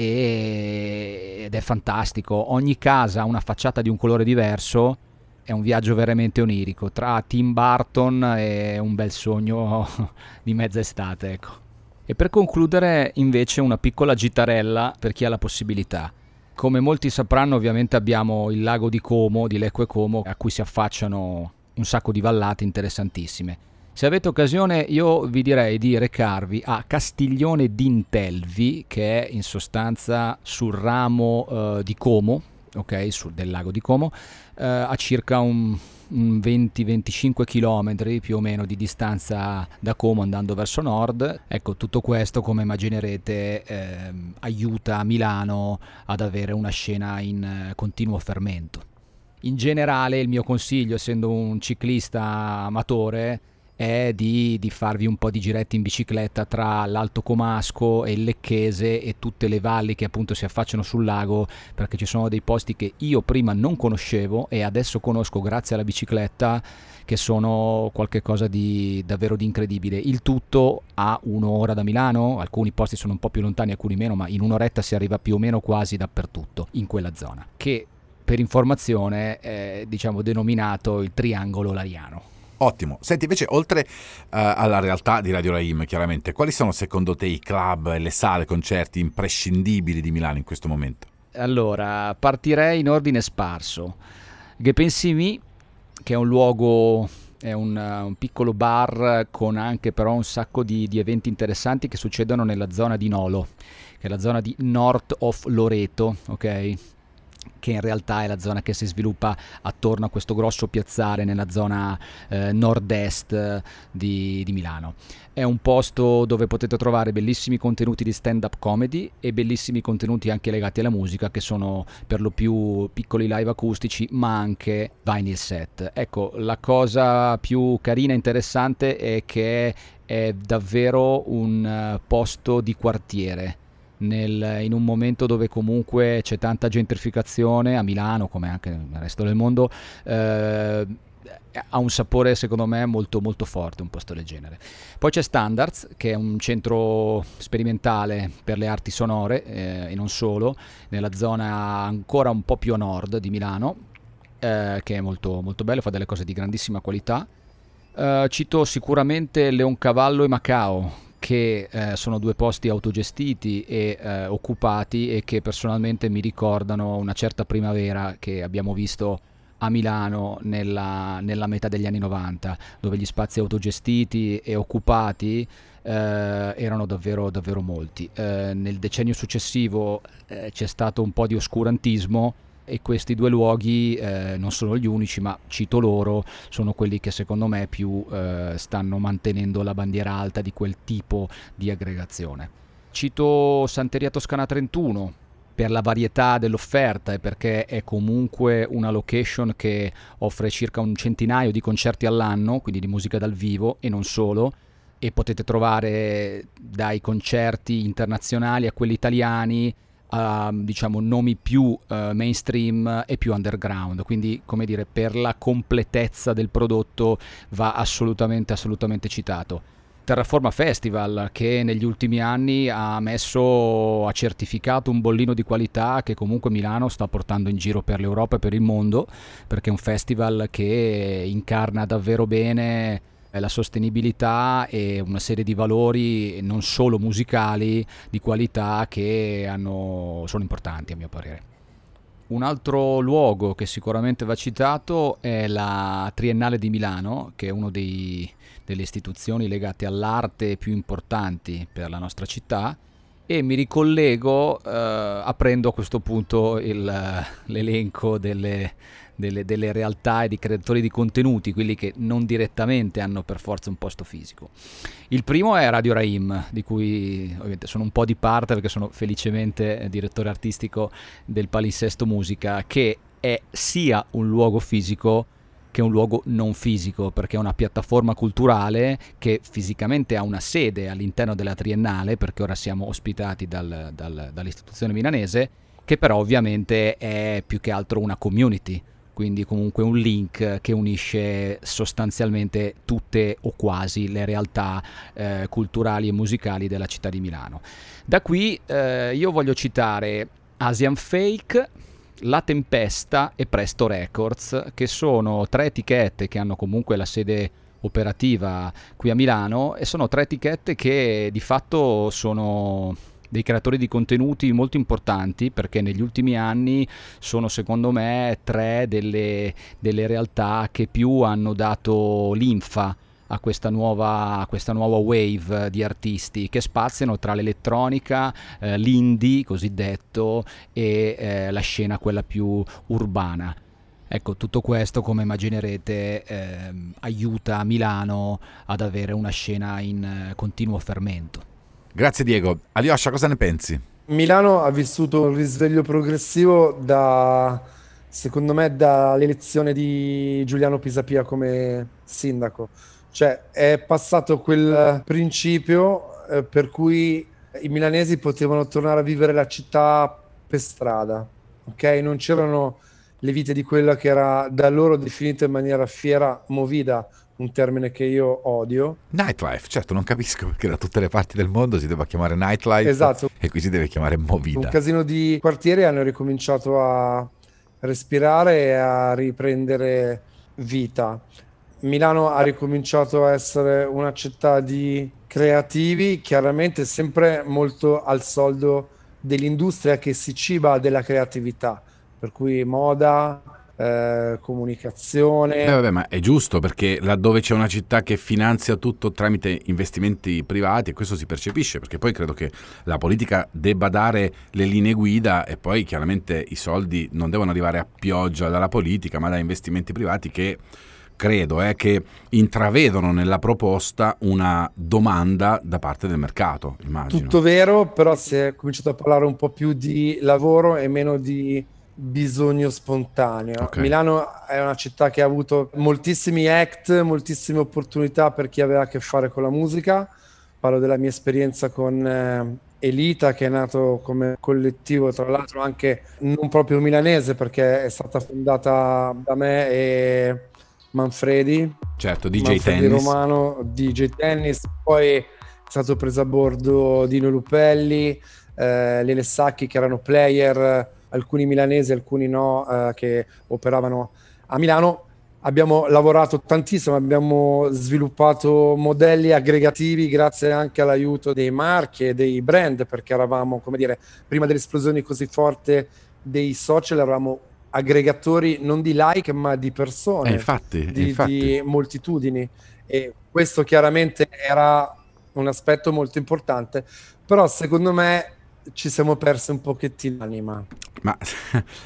e... ed è fantastico. Ogni casa ha una facciata di un colore diverso, è un viaggio veramente onirico, tra Tim Burton e un bel sogno di mezza estate, ecco. E per concludere invece una piccola gitarella per chi ha la possibilità. Come molti sapranno, ovviamente abbiamo il lago di Como, di Lecco e Como, a cui si affacciano un sacco di vallate interessantissime. Se avete occasione, io vi direi di recarvi a Castiglione d'Intelvi, che è in sostanza sul ramo eh, di Como, ok, sul, del lago di Como, eh, a circa un, un venti venticinque chilometri più o meno di distanza da Como andando verso nord. Ecco, tutto questo, come immaginerete, eh, aiuta Milano ad avere una scena in eh, continuo fermento. In generale il mio consiglio, essendo un ciclista amatore, è di, di farvi un po' di giretti in bicicletta tra l'Alto Comasco e il Lecchese e tutte le valli che appunto si affacciano sul lago, perché ci sono dei posti che io prima non conoscevo e adesso conosco grazie alla bicicletta, che sono qualcosa di davvero di incredibile. Il tutto a un'ora da Milano, alcuni posti sono un po' più lontani, alcuni meno, ma in un'oretta si arriva più o meno quasi dappertutto in quella zona, che per informazione è, diciamo, denominato il Triangolo Lariano. Ottimo. Senti, invece, oltre uh, alla realtà di Radio Raim, chiaramente, quali sono secondo te i club e le sale concerti imprescindibili di Milano in questo momento? Allora, partirei in ordine sparso. Gepensimi, che è un luogo, è un, uh, un piccolo bar con anche però un sacco di, di eventi interessanti che succedono nella zona di Nolo, che è la zona di North of Loreto, ok? Che in realtà è la zona che si sviluppa attorno a questo grosso piazzale nella zona eh, nord-est di, di Milano. È un posto dove potete trovare bellissimi contenuti di stand-up comedy e bellissimi contenuti anche legati alla musica, che sono per lo più piccoli live acustici ma anche vinyl set. Ecco, la cosa più carina e interessante è che è davvero un uh, posto di quartiere. Nel, in un momento dove comunque c'è tanta gentrificazione a Milano, come anche nel resto del mondo, eh, ha un sapore secondo me molto molto forte un posto del genere. Poi c'è Standards, che è un centro sperimentale per le arti sonore eh, e non solo, nella zona ancora un po' più a nord di Milano, eh, che è molto molto bello, fa delle cose di grandissima qualità. Eh, cito sicuramente Leoncavallo e Macao, che eh, sono due posti autogestiti e eh, occupati, e che personalmente mi ricordano una certa primavera che abbiamo visto a Milano nella, nella metà degli anni novanta, dove gli spazi autogestiti e occupati eh, erano davvero davvero molti. Eh, nel decennio successivo eh, c'è stato un po' di oscurantismo, e questi due luoghi eh, non sono gli unici, ma cito loro, sono quelli che secondo me più eh, stanno mantenendo la bandiera alta di quel tipo di aggregazione. Cito Santeria Toscana trentuno per la varietà dell'offerta e perché è comunque una location che offre circa un centinaio di concerti all'anno, quindi di musica dal vivo e non solo, e potete trovare dai concerti internazionali a quelli italiani a diciamo nomi più uh, mainstream e più underground, quindi come dire, per la completezza del prodotto va assolutamente assolutamente citato. Terraforma Festival, che negli ultimi anni ha messo, ha certificato un bollino di qualità che comunque Milano sta portando in giro per l'Europa e per il mondo, perché è un festival che incarna davvero bene la sostenibilità e una serie di valori non solo musicali di qualità che hanno, sono importanti a mio parere. Un altro luogo che sicuramente va citato è la Triennale di Milano, che è una delle istituzioni legate all'arte più importanti per la nostra città, e mi ricollego eh, aprendo a questo punto il, l'elenco delle Delle, delle realtà e di creatori di contenuti, quelli che non direttamente hanno per forza un posto fisico. Il primo è Radio Raim, di cui ovviamente sono un po' di parte perché sono felicemente direttore artistico del Palinsesto Musica, che è sia un luogo fisico che un luogo non fisico, perché è una piattaforma culturale che fisicamente ha una sede all'interno della Triennale, perché ora siamo ospitati dal, dal, dall'istituzione milanese, che però ovviamente è più che altro una community, quindi comunque un link che unisce sostanzialmente tutte o quasi le realtà eh, culturali e musicali della città di Milano. Da qui eh, io voglio citare Asian Fake, La Tempesta e Presto Records, che sono tre etichette che hanno comunque la sede operativa qui a Milano e sono tre etichette che di fatto sono dei creatori di contenuti molto importanti, perché negli ultimi anni sono secondo me tre delle, delle realtà che più hanno dato linfa a questa nuova, a questa nuova wave di artisti che spaziano tra l'elettronica, eh, l'indie cosiddetto e eh, la scena quella più urbana. Ecco, tutto questo, come immaginerete, ehm, aiuta Milano ad avere una scena in eh, continuo fermento. Grazie Diego. Alyosha, cosa ne pensi? Milano ha vissuto un risveglio progressivo da, secondo me, dall'elezione di Giuliano Pisapia come sindaco. Cioè è passato quel principio eh, per cui i milanesi potevano tornare a vivere la città per strada, ok? Non c'erano le vite di quella che era da loro definita in maniera fiera movida, un termine che io odio. Nightlife, certo, non capisco perché da tutte le parti del mondo si deve chiamare nightlife, esatto, e qui si deve chiamare movida. Un casino di quartieri hanno ricominciato a respirare e a riprendere vita. Milano ha ricominciato a essere una città di creativi, chiaramente sempre molto al soldo dell'industria che si ciba della creatività, per cui moda, Eh, comunicazione. Beh, vabbè, ma è giusto, perché laddove c'è una città che finanzia tutto tramite investimenti privati, e questo si percepisce, perché poi credo che la politica debba dare le linee guida e poi chiaramente i soldi non devono arrivare a pioggia dalla politica, ma da investimenti privati che credo eh, che intravedono nella proposta una domanda da parte del mercato, immagino. Tutto vero, però si è cominciato a parlare un po' più di lavoro e meno di bisogno spontaneo. Okay. Milano è una città che ha avuto moltissimi act, moltissime opportunità per chi aveva a che fare con la musica. Parlo della mia esperienza con eh, Elita, che è nato come collettivo, tra l'altro anche non proprio milanese, perché è stata fondata da me e Manfredi. Certo, D J Manfredi Tennis. Romano, D J Tennis. Poi è stato preso a bordo Dino Lupelli, eh, Lele Sacchi, che erano player, alcuni milanesi, alcuni no, eh, che operavano a Milano. Abbiamo lavorato tantissimo, abbiamo sviluppato modelli aggregativi grazie anche all'aiuto dei marchi e dei brand, perché eravamo, come dire, prima dell'esplosione così forte dei social, eravamo aggregatori non di like ma di persone, eh, infatti, di, infatti. di moltitudini, e questo chiaramente era un aspetto molto importante, però secondo me ci siamo persi un pochettino l'anima. Ma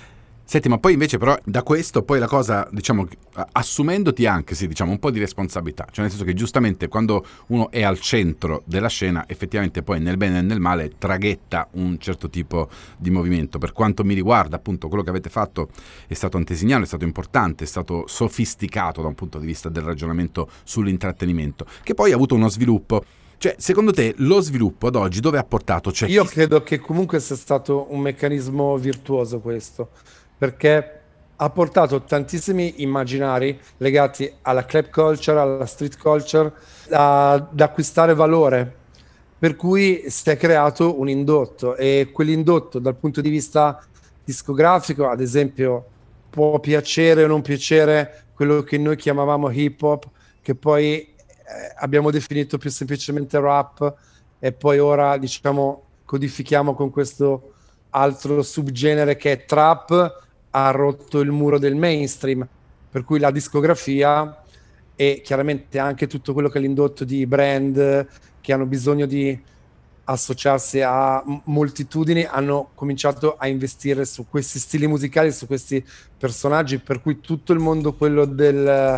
Senti, ma poi invece però da questo poi la cosa, diciamo, assumendoti anche, sì, diciamo, un po' di responsabilità, cioè nel senso che giustamente quando uno è al centro della scena, effettivamente poi nel bene e nel male traghetta un certo tipo di movimento. Per quanto mi riguarda, appunto, quello che avete fatto è stato antesignano, è stato importante, è stato sofisticato da un punto di vista del ragionamento sull'intrattenimento, che poi ha avuto uno sviluppo. Cioè, secondo te lo sviluppo ad oggi dove ha portato? Cioè, Io chi... credo che comunque sia stato un meccanismo virtuoso questo, perché ha portato tantissimi immaginari legati alla club culture, alla street culture, a- ad acquistare valore, per cui si è creato un indotto e quell'indotto dal punto di vista discografico, ad esempio, può piacere o non piacere quello che noi chiamavamo hip hop, che poi eh, abbiamo definito più semplicemente rap e poi ora diciamo codifichiamo con questo altro subgenere che è trap, ha rotto il muro del mainstream, per cui la discografia e chiaramente anche tutto quello che è l'indotto di brand che hanno bisogno di associarsi a m- moltitudini hanno cominciato a investire su questi stili musicali, su questi personaggi, per cui tutto il mondo quello del,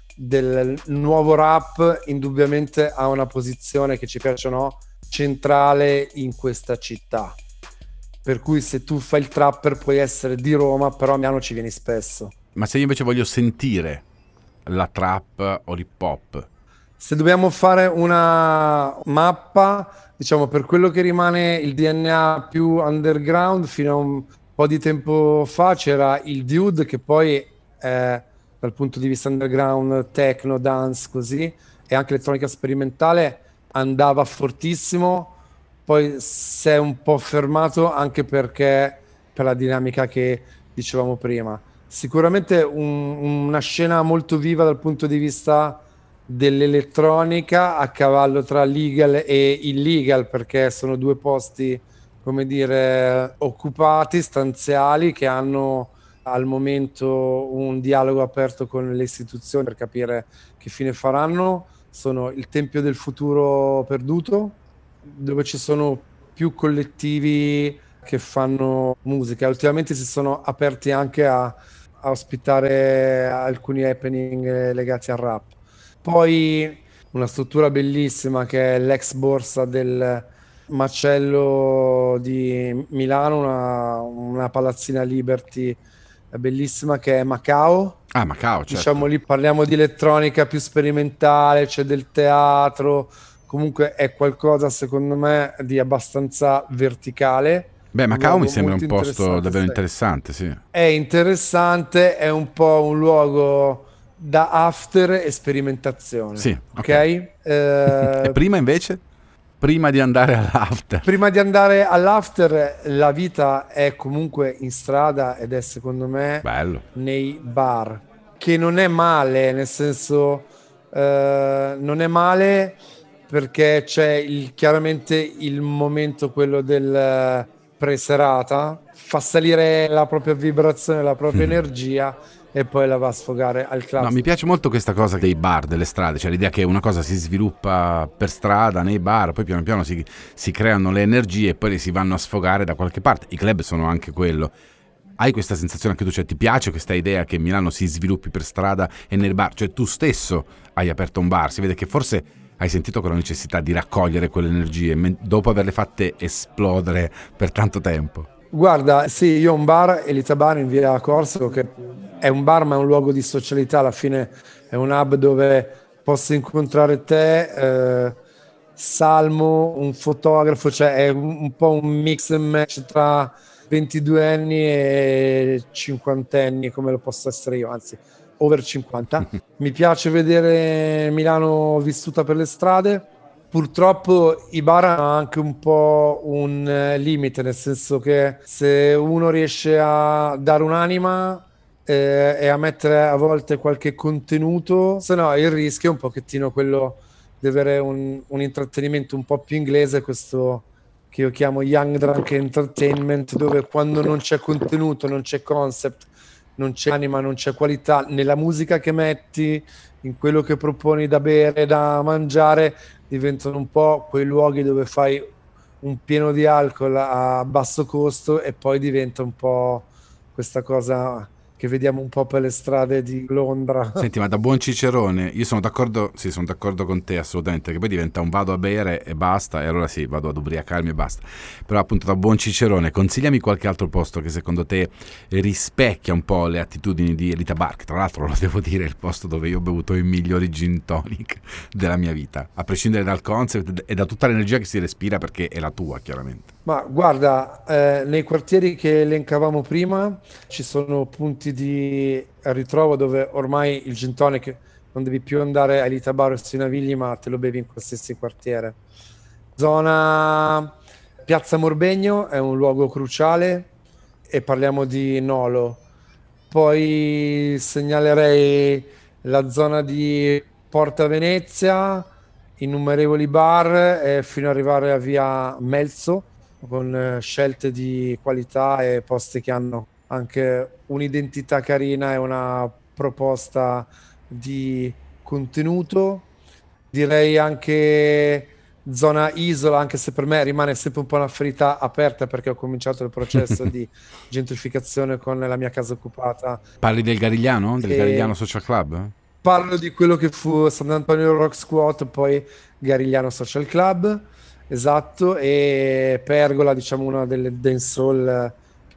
del nuovo rap indubbiamente ha una posizione, che ci piace o no, centrale in questa città. Per cui se tu fai il trapper puoi essere di Roma, però a Milano ci vieni spesso. Ma se io invece voglio sentire la trap o l'hip hop? Se dobbiamo fare una mappa, diciamo, per quello che rimane il D N A più underground, fino a un po' di tempo fa c'era il Dude, che poi è, dal punto di vista underground, techno, dance, così, e anche elettronica sperimentale, andava fortissimo, poi si è un po' fermato anche perché per la dinamica che dicevamo prima. Sicuramente un- una scena molto viva dal punto di vista dell'elettronica a cavallo tra legal e illegal, perché sono due posti, come dire, occupati, stanziali, che hanno al momento un dialogo aperto con le istituzioni per capire che fine faranno. Sono il Tempio del Futuro Perduto, dove ci sono più collettivi che fanno musica. Ultimamente si sono aperti anche a, a ospitare alcuni happening eh, legati al rap. Poi una struttura bellissima che è l'ex borsa del Macello di Milano, una, una palazzina Liberty bellissima che è Macao. Ah, Macao, certo. Diciamo lì parliamo di elettronica più sperimentale, c'è del teatro, comunque è qualcosa secondo me di abbastanza verticale. Beh, Un Macao mi luogo sembra un molto posto interessante, davvero sì. interessante, sì. È interessante, è un po' un luogo da after e sperimentazione. Sì, ok. Ok? Eh, E prima invece? Prima di andare all'after? prima di andare all'after, la vita è comunque in strada ed è secondo me Bello. nei bar, che non è male, nel senso eh, non è male perché c'è il- chiaramente il momento quello del pre-serata, fa salire la propria vibrazione, la propria energia e poi la va a sfogare al club. No, mi piace molto questa cosa dei bar, delle strade, cioè l'idea che una cosa si sviluppa per strada, nei bar, poi piano piano si, si creano le energie e poi le si vanno a sfogare da qualche parte. I club sono anche quello. Hai questa sensazione anche tu, cioè ti piace questa idea che Milano si sviluppi per strada e nel bar? Cioè tu stesso hai aperto un bar, si vede che forse hai sentito quella necessità di raccogliere quelle energie men- dopo averle fatte esplodere per tanto tempo. Guarda, sì, io ho un bar, Elita Bar in via Corso, che è un bar ma è un luogo di socialità, alla fine è un hub dove posso incontrare te, eh, Salmo, un fotografo, cioè è un, un po' un mix and match tra ventidue anni e cinquanta anni, come lo posso essere io, anzi over cinquanta. Mi piace vedere Milano vissuta per le strade. Purtroppo i bar hanno anche un po' un eh, limite, nel senso che se uno riesce a dare un'anima eh, e a mettere a volte qualche contenuto, se no il rischio è un pochettino quello di avere un, un intrattenimento un po' più inglese, questo che io chiamo Young Drunk Entertainment, dove quando non c'è contenuto, non c'è concept, non c'è anima, non c'è qualità nella musica che metti, in quello che proponi da bere, da mangiare, diventano un po' quei luoghi dove fai un pieno di alcol a basso costo e poi diventa un po' questa cosa che vediamo un po' per le strade di Londra. Senti, ma da buon cicerone, io sono d'accordo, sì, sono d'accordo con te assolutamente, che poi diventa un vado a bere e basta, e allora sì, vado ad ubriacarmi e basta. Però appunto da buon cicerone, consigliami qualche altro posto che secondo te rispecchia un po' le attitudini di Elita Bar, che tra l'altro lo devo dire è il posto dove io ho bevuto i migliori gin tonic della mia vita, a prescindere dal concept e da tutta l'energia che si respira, perché è la tua chiaramente. Ma guarda, eh, nei quartieri che elencavamo prima ci sono punti di ritrovo dove ormai il gin tonic non devi più andare a Elita Bar o Sui Navigli, ma te lo bevi in qualsiasi quartiere. Zona Piazza Morbegno è un luogo cruciale e parliamo di Nolo. Poi segnalerei la zona di Porta Venezia, innumerevoli bar eh, fino ad arrivare a via Melzo, con eh, scelte di qualità e posti che hanno anche un'identità carina e una proposta di contenuto. Direi anche zona Isola, anche se per me rimane sempre un po' una ferita aperta, perché ho cominciato il processo di gentrificazione con la mia casa occupata. Parli del Garigliano? Del E- Garigliano Social Club? Parlo di quello che fu Sant'Antonio Rock Squat, poi Garigliano Social Club, esatto, e Pergola, diciamo una delle dancehall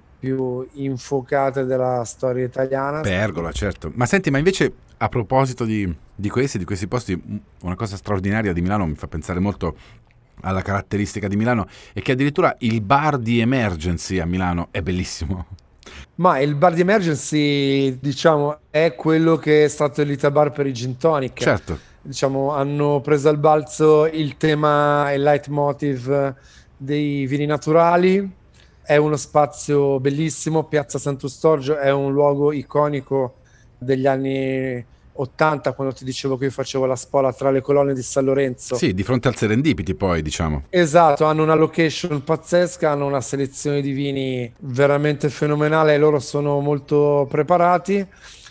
più infuocate della storia italiana. Pergola, certo. Ma senti, ma invece a proposito di, di questi, di questi posti, una cosa straordinaria di Milano mi fa pensare molto alla caratteristica di Milano, è che addirittura il bar di Emergency a Milano è bellissimo. Ma il bar di Emergency, diciamo, è quello che è stato Elita Bar per i gin tonic. Certo. Diciamo, hanno preso al balzo il tema e il leitmotiv dei vini naturali. È uno spazio bellissimo. Piazza Sant'Ustorgio è un luogo iconico degli anni ottanta, quando ti dicevo che io facevo la spola tra le colonne di San Lorenzo. Sì, di fronte al Serendipity poi, diciamo. Esatto, hanno una location pazzesca, hanno una selezione di vini veramente fenomenale e loro sono molto preparati.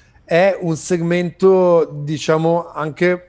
È un segmento, diciamo, anche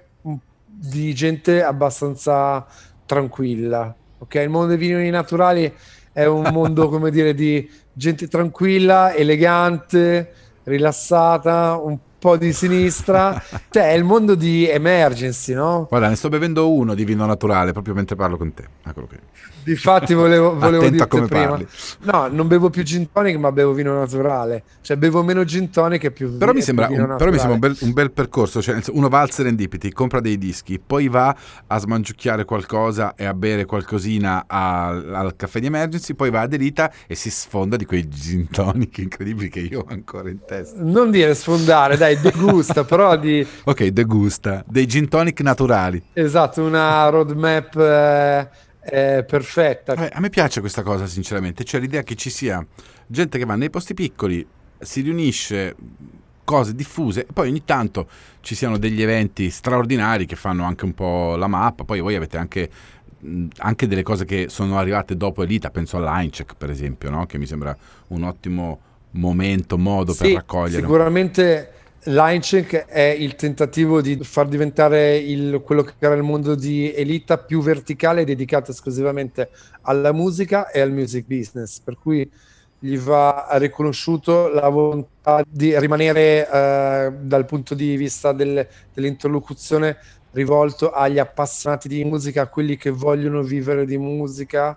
di gente abbastanza tranquilla. Ok, il mondo dei vini naturali è un mondo, come dire, di gente tranquilla, elegante, rilassata, un po' di sinistra. Cioè, è il mondo di Emergency, no? Guarda, ne sto bevendo uno di vino naturale proprio mentre parlo con te. Eccolo qui. Difatti volevo, volevo Attento a dirti come prima. parli. No, non bevo più gin tonic, ma bevo vino naturale. Cioè, bevo meno gin tonic e più, Però mi e sembra, più vino un, però mi sembra un, naturale. bel, un bel percorso, cioè nel senso, uno va al Serendipity, compra dei dischi, poi va a smangiucchiare qualcosa e a bere qualcosina al, al caffè di Emergency, poi va ad Elita e si sfonda di quei gin tonic incredibili che io ho ancora in testa. Non dire sfondare, dai, degusta, però di... Ok, degusta, dei gin tonic naturali. Esatto, una roadmap eh, eh, perfetta. Vabbè, a me piace questa cosa sinceramente, cioè l'idea che ci sia gente che va nei posti piccoli, si riunisce, cose diffuse e poi ogni tanto ci siano degli eventi straordinari che fanno anche un po' la mappa. Poi voi avete anche, mh, anche delle cose che sono arrivate dopo Elita, penso a Linecheck per esempio, no? Che mi sembra un ottimo momento, modo per Sì, raccogliere. sicuramente Linecheck è il tentativo di far diventare il, quello che era il mondo di Elita più verticale, dedicato esclusivamente alla musica e al music business, per cui gli va riconosciuto la volontà di rimanere eh, dal punto di vista del, dell'interlocuzione rivolto agli appassionati di musica, a quelli che vogliono vivere di musica,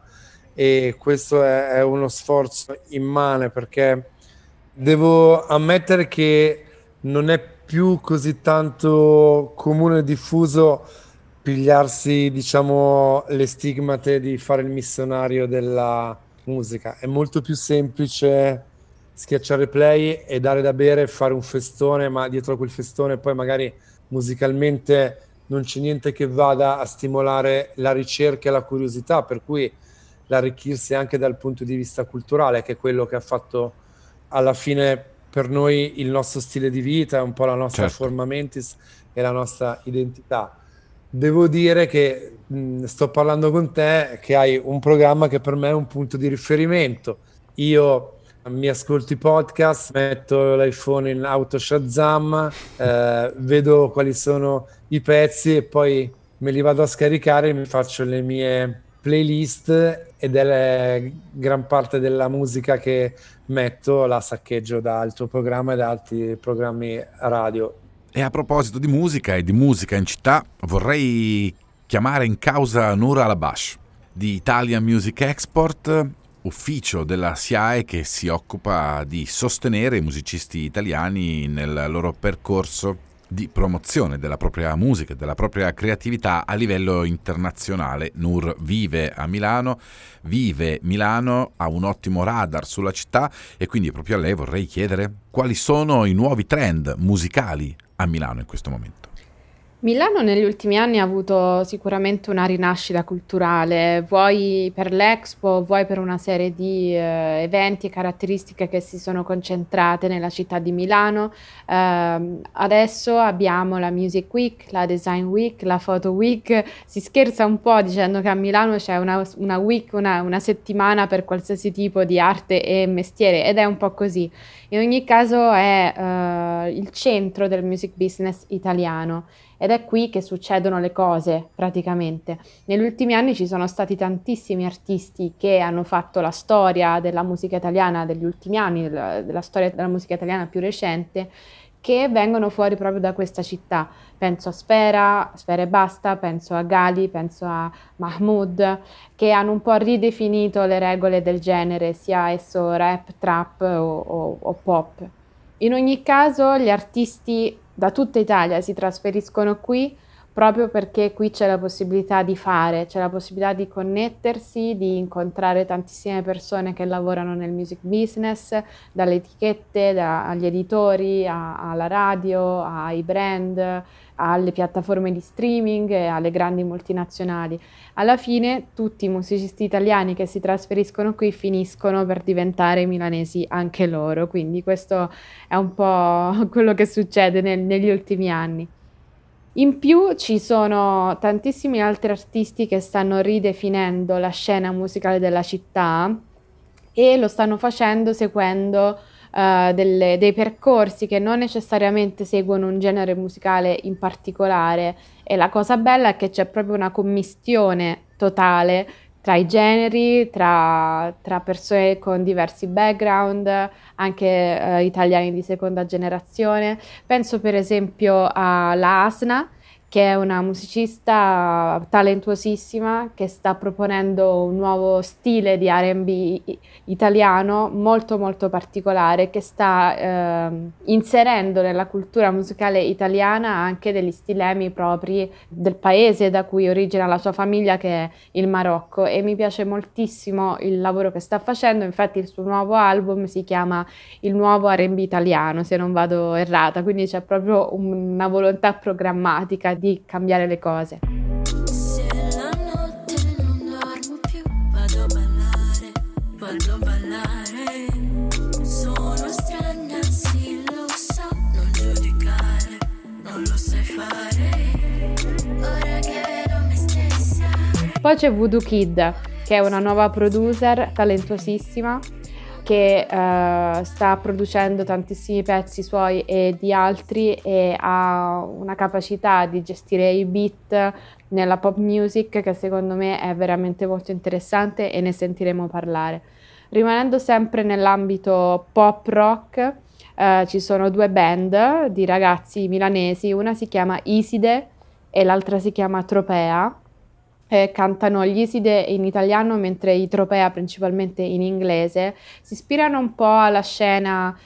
e questo è, è uno sforzo immane, perché devo ammettere che non è più così tanto comune e diffuso pigliarsi, diciamo, le stigmate di fare il missionario della musica. È molto più semplice schiacciare play e dare da bere, fare un festone, ma dietro a quel festone poi magari musicalmente non c'è niente che vada a stimolare la ricerca e la curiosità, per cui l'arricchirsi anche dal punto di vista culturale, che è quello che ha fatto alla fine per noi il nostro stile di vita, un po' la nostra Certo. forma mentis e la nostra identità. Devo dire che mh, sto parlando con te, che hai un programma che per me è un punto di riferimento. Io mi ascolto i podcast, metto l'iPhone in auto Shazam, eh, vedo quali sono i pezzi e poi me li vado a scaricare e mi faccio le mie playlist ed è gran parte della musica che metto la saccheggio dal tuo programma e da altri programmi radio. E a proposito di musica e di musica in città, vorrei chiamare in causa Nour Alabash di Italian Music Export, ufficio della S I A E che si occupa di sostenere i musicisti italiani nel loro percorso di promozione della propria musica e della propria creatività a livello internazionale. Nour vive a Milano, vive Milano, ha un ottimo radar sulla città e quindi proprio a lei vorrei chiedere quali sono i nuovi trend musicali a Milano in questo momento. Milano negli ultimi anni ha avuto sicuramente una rinascita culturale, vuoi per l'Expo, vuoi per una serie di eh, eventi e caratteristiche che si sono concentrate nella città di Milano. Eh, adesso abbiamo la Music Week, la Design Week, la Photo Week. Si scherza un po' dicendo che a Milano c'è una, una week, una, una settimana per qualsiasi tipo di arte e mestiere, ed è un po' così. In ogni caso è eh, il centro del music business italiano. Ed è qui che succedono le cose, praticamente. Negli ultimi anni ci sono stati tantissimi artisti che hanno fatto la storia della musica italiana degli ultimi anni, della, della storia della musica italiana più recente, che vengono fuori proprio da questa città. Penso a Sfera, Sfera e Basta, penso a Gali, penso a Mahmood, che hanno un po' ridefinito le regole del genere, sia esso rap, trap o, o, o pop. In ogni caso gli artisti da tutta Italia si trasferiscono qui proprio perché qui c'è la possibilità di fare, c'è la possibilità di connettersi, di incontrare tantissime persone che lavorano nel music business, dalle etichette, da, agli editori, a, alla radio, ai brand, alle piattaforme di streaming e alle grandi multinazionali. Alla fine tutti i musicisti italiani che si trasferiscono qui finiscono per diventare milanesi anche loro, quindi questo è un po' quello che succede nel, negli ultimi anni. In più ci sono tantissimi altri artisti che stanno ridefinendo la scena musicale della città e lo stanno facendo seguendo uh, delle, dei percorsi che non necessariamente seguono un genere musicale in particolare, e la cosa bella è che c'è proprio una commistione totale tra i generi, tra, tra persone con diversi background, anche eh, italiani di seconda generazione. Penso per esempio alla Asna, che è una musicista talentuosissima che sta proponendo un nuovo stile di R and B italiano molto molto particolare, che sta eh, inserendo nella cultura musicale italiana anche degli stilemi propri del paese da cui origina la sua famiglia, che è il Marocco, e mi piace moltissimo il lavoro che sta facendo. Infatti il suo nuovo album si chiama Il nuovo R and B italiano, se non vado errata, quindi c'è proprio una volontà programmatica di cambiare le cose. Se la notte non dormo più, vado a ballare, vado a ballare. Sono strana, sì lo so, non giudicare, non lo sai fare. Ora che vedo me stessa. Poi c'è Voodoo Kid, che è una nuova producer talentuosissima, che uh, sta producendo tantissimi pezzi suoi e di altri, e ha una capacità di gestire i beat nella pop music che secondo me è veramente molto interessante, e ne sentiremo parlare. Rimanendo sempre nell'ambito pop rock, uh, ci sono due band di ragazzi milanesi, una si chiama Iside e l'altra si chiama Tropea. Eh, cantano gli Iside in italiano mentre i Tropea principalmente in inglese. Si ispirano un po' alla scena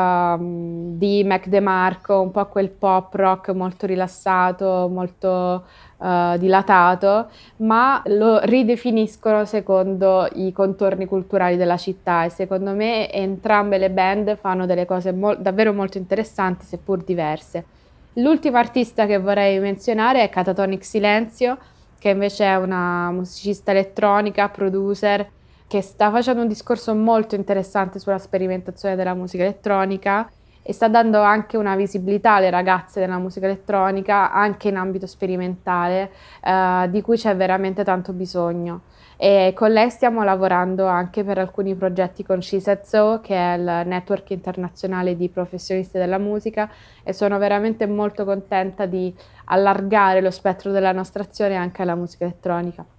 uh, di Mac DeMarco, un po' a quel pop rock molto rilassato, molto uh, dilatato, ma lo ridefiniscono secondo i contorni culturali della città, e secondo me entrambe le band fanno delle cose mo- davvero molto interessanti, seppur diverse. L'ultima artista che vorrei menzionare è Catatonic Silenzio, che invece è una musicista elettronica, producer, che sta facendo un discorso molto interessante sulla sperimentazione della musica elettronica e sta dando anche una visibilità alle ragazze della musica elettronica anche in ambito sperimentale, eh, di cui c'è veramente tanto bisogno. E con lei stiamo lavorando anche per alcuni progetti con She Said So, che è il network internazionale di professionisti della musica, e sono veramente molto contenta di allargare lo spettro della nostra azione anche alla musica elettronica.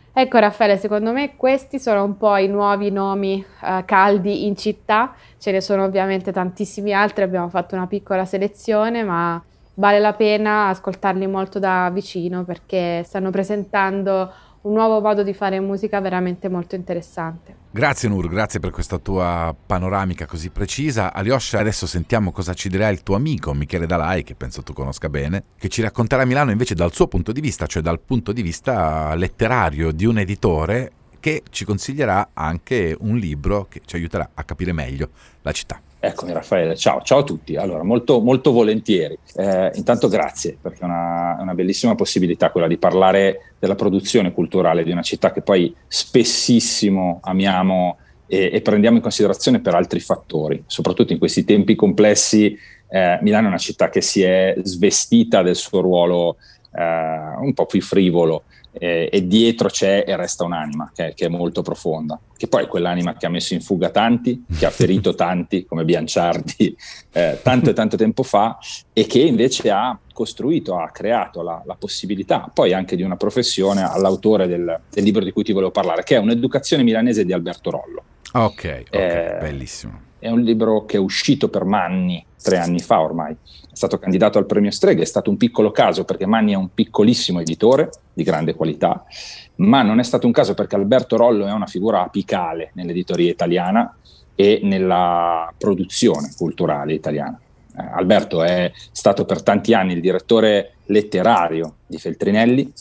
Ecco Raffaele, secondo me questi sono un po' i nuovi nomi eh, caldi in città, ce ne sono ovviamente tantissimi altri, abbiamo fatto una piccola selezione, ma vale la pena ascoltarli molto da vicino perché stanno presentando un nuovo modo di fare musica veramente molto interessante. Grazie Nur, grazie per questa tua panoramica così precisa. Alyosha, adesso sentiamo cosa ci dirà il tuo amico Michele Dalai, che penso tu conosca bene, che ci racconterà Milano invece dal suo punto di vista, cioè dal punto di vista letterario di un editore che ci consiglierà anche un libro che ci aiuterà a capire meglio la città. Eccomi Raffaele, ciao, ciao a tutti. Allora, molto, molto volentieri. Eh, intanto grazie, perché è una, è una bellissima possibilità quella di parlare della produzione culturale di una città che poi spessissimo amiamo e, e prendiamo in considerazione per altri fattori. Soprattutto in questi tempi complessi, eh, Milano è una città che si è svestita del suo ruolo eh, un po' più frivolo, Eh, e dietro c'è e resta un'anima che, che è molto profonda, che poi è quell'anima che ha messo in fuga tanti, che ha ferito tanti come Bianciardi eh, tanto e tanto tempo fa, e che invece ha costruito, ha creato la, la possibilità poi anche di una professione all'autore del, del libro di cui ti volevo parlare, che è Un'educazione milanese di Alberto Rollo. Ok, ok, eh, bellissimo. È un libro che è uscito per Manni tre anni fa ormai, è stato candidato al premio Streghe, è stato un piccolo caso perché Manni è un piccolissimo editore di grande qualità, ma non è stato un caso perché Alberto Rollo è una figura apicale nell'editoria italiana e nella produzione culturale italiana. Eh, Alberto è stato per tanti anni il direttore letterario di Feltrinelli,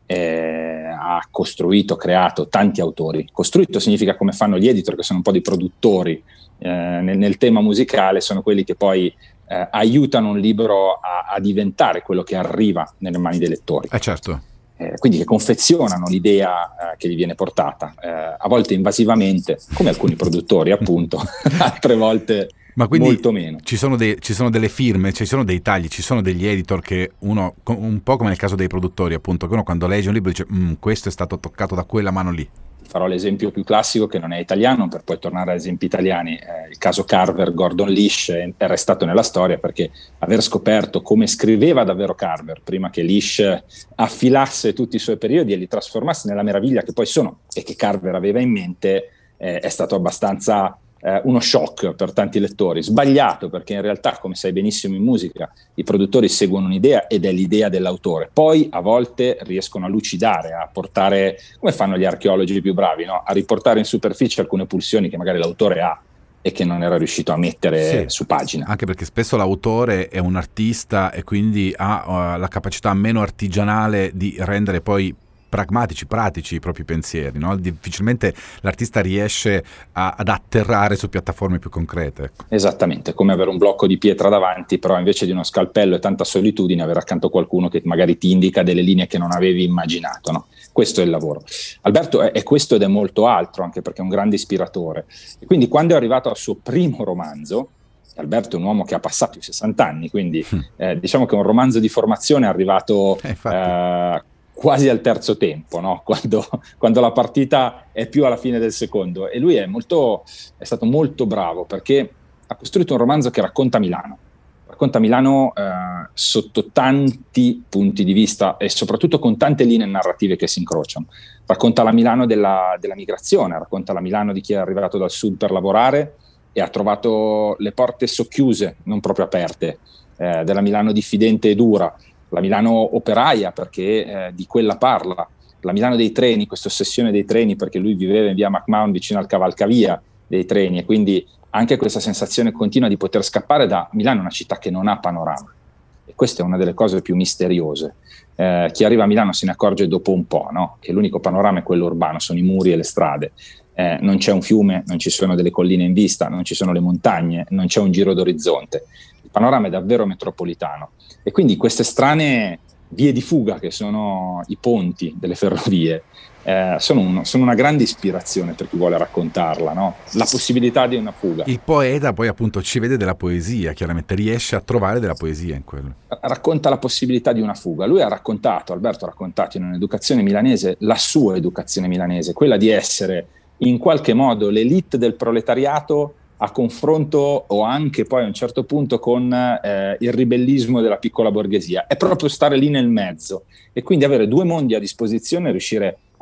Eh, ha costruito, creato tanti autori. Costruito significa come fanno gli editor, che sono un po' dei produttori eh, nel, nel tema musicale, sono quelli che poi eh, aiutano un libro a, a diventare quello che arriva nelle mani dei lettori. Eh certo. Eh, quindi che confezionano l'idea eh, che gli viene portata, eh, a volte invasivamente, come alcuni produttori appunto, altre volte Ma quindi molto meno. Ci sono, dei, ci sono delle firme, ci sono dei tagli, ci sono degli editor che uno, un po' come nel caso dei produttori appunto, che uno quando legge un libro dice questo è stato toccato da quella mano lì. Farò l'esempio più classico che non è italiano per poi tornare a esempi italiani. Eh, il caso Carver Gordon Lish è, è restato nella storia perché aver scoperto come scriveva davvero Carver prima che Lish affilasse tutti i suoi periodi e li trasformasse nella meraviglia che poi sono e che Carver aveva in mente eh, è stato abbastanza Eh, uno shock per tanti lettori, sbagliato perché in realtà, come sai benissimo in musica, i produttori seguono un'idea ed è l'idea dell'autore, poi a volte riescono a lucidare, a portare, come fanno gli archeologi più bravi, no? A riportare in superficie alcune pulsioni che magari l'autore ha e che non era riuscito a mettere sì, su pagina. Anche perché spesso l'autore è un artista e quindi ha uh, la capacità meno artigianale di rendere poi pragmatici, pratici i propri pensieri, no? Difficilmente l'artista riesce a, ad atterrare su piattaforme più concrete. Ecco. Esattamente, come avere un blocco di pietra davanti, però invece di uno scalpello e tanta solitudine avere accanto qualcuno che magari ti indica delle linee che non avevi immaginato, no? Questo è il lavoro. Alberto è, è questo ed è molto altro, anche perché è un grande ispiratore. E quindi quando è arrivato al suo primo romanzo, Alberto è un uomo che ha passato i sessanta anni, quindi eh, diciamo che un romanzo di formazione è arrivato Eh, eh, quasi al terzo tempo, no? quando, quando la partita è più alla fine del secondo, e lui è, molto, è stato molto bravo perché ha costruito un romanzo che racconta Milano, racconta Milano eh, sotto tanti punti di vista e soprattutto con tante linee narrative che si incrociano. Racconta la Milano della, della migrazione, racconta la Milano di chi è arrivato dal sud per lavorare e ha trovato le porte socchiuse, non proprio aperte, eh, della Milano diffidente e dura, la Milano operaia perché eh, di quella parla, la Milano dei treni, questa ossessione dei treni perché lui viveva in via McMahon vicino al cavalcavia dei treni e quindi anche questa sensazione continua di poter scappare da Milano, una città che non ha panorama, e questa è una delle cose più misteriose. Eh, chi arriva a Milano se ne accorge dopo un po', no? Che l'unico panorama è quello urbano, sono i muri e le strade, eh, non c'è un fiume, non ci sono delle colline in vista, non ci sono le montagne, non c'è un giro d'orizzonte, il panorama è davvero metropolitano. E quindi queste strane vie di fuga che sono i ponti delle ferrovie eh, sono, un, sono una grande ispirazione per chi vuole raccontarla, no? La possibilità di una fuga. Il poeta poi appunto ci vede della poesia, chiaramente riesce a trovare della poesia in quello. Racconta la possibilità di una fuga. Lui ha raccontato, Alberto ha raccontato in un'educazione milanese, la sua educazione milanese, quella di essere in qualche modo l'elite del proletariato a confronto o anche poi a un certo punto con eh, il ribellismo della piccola borghesia. È proprio stare lì nel mezzo e quindi avere due mondi a disposizione e riuscire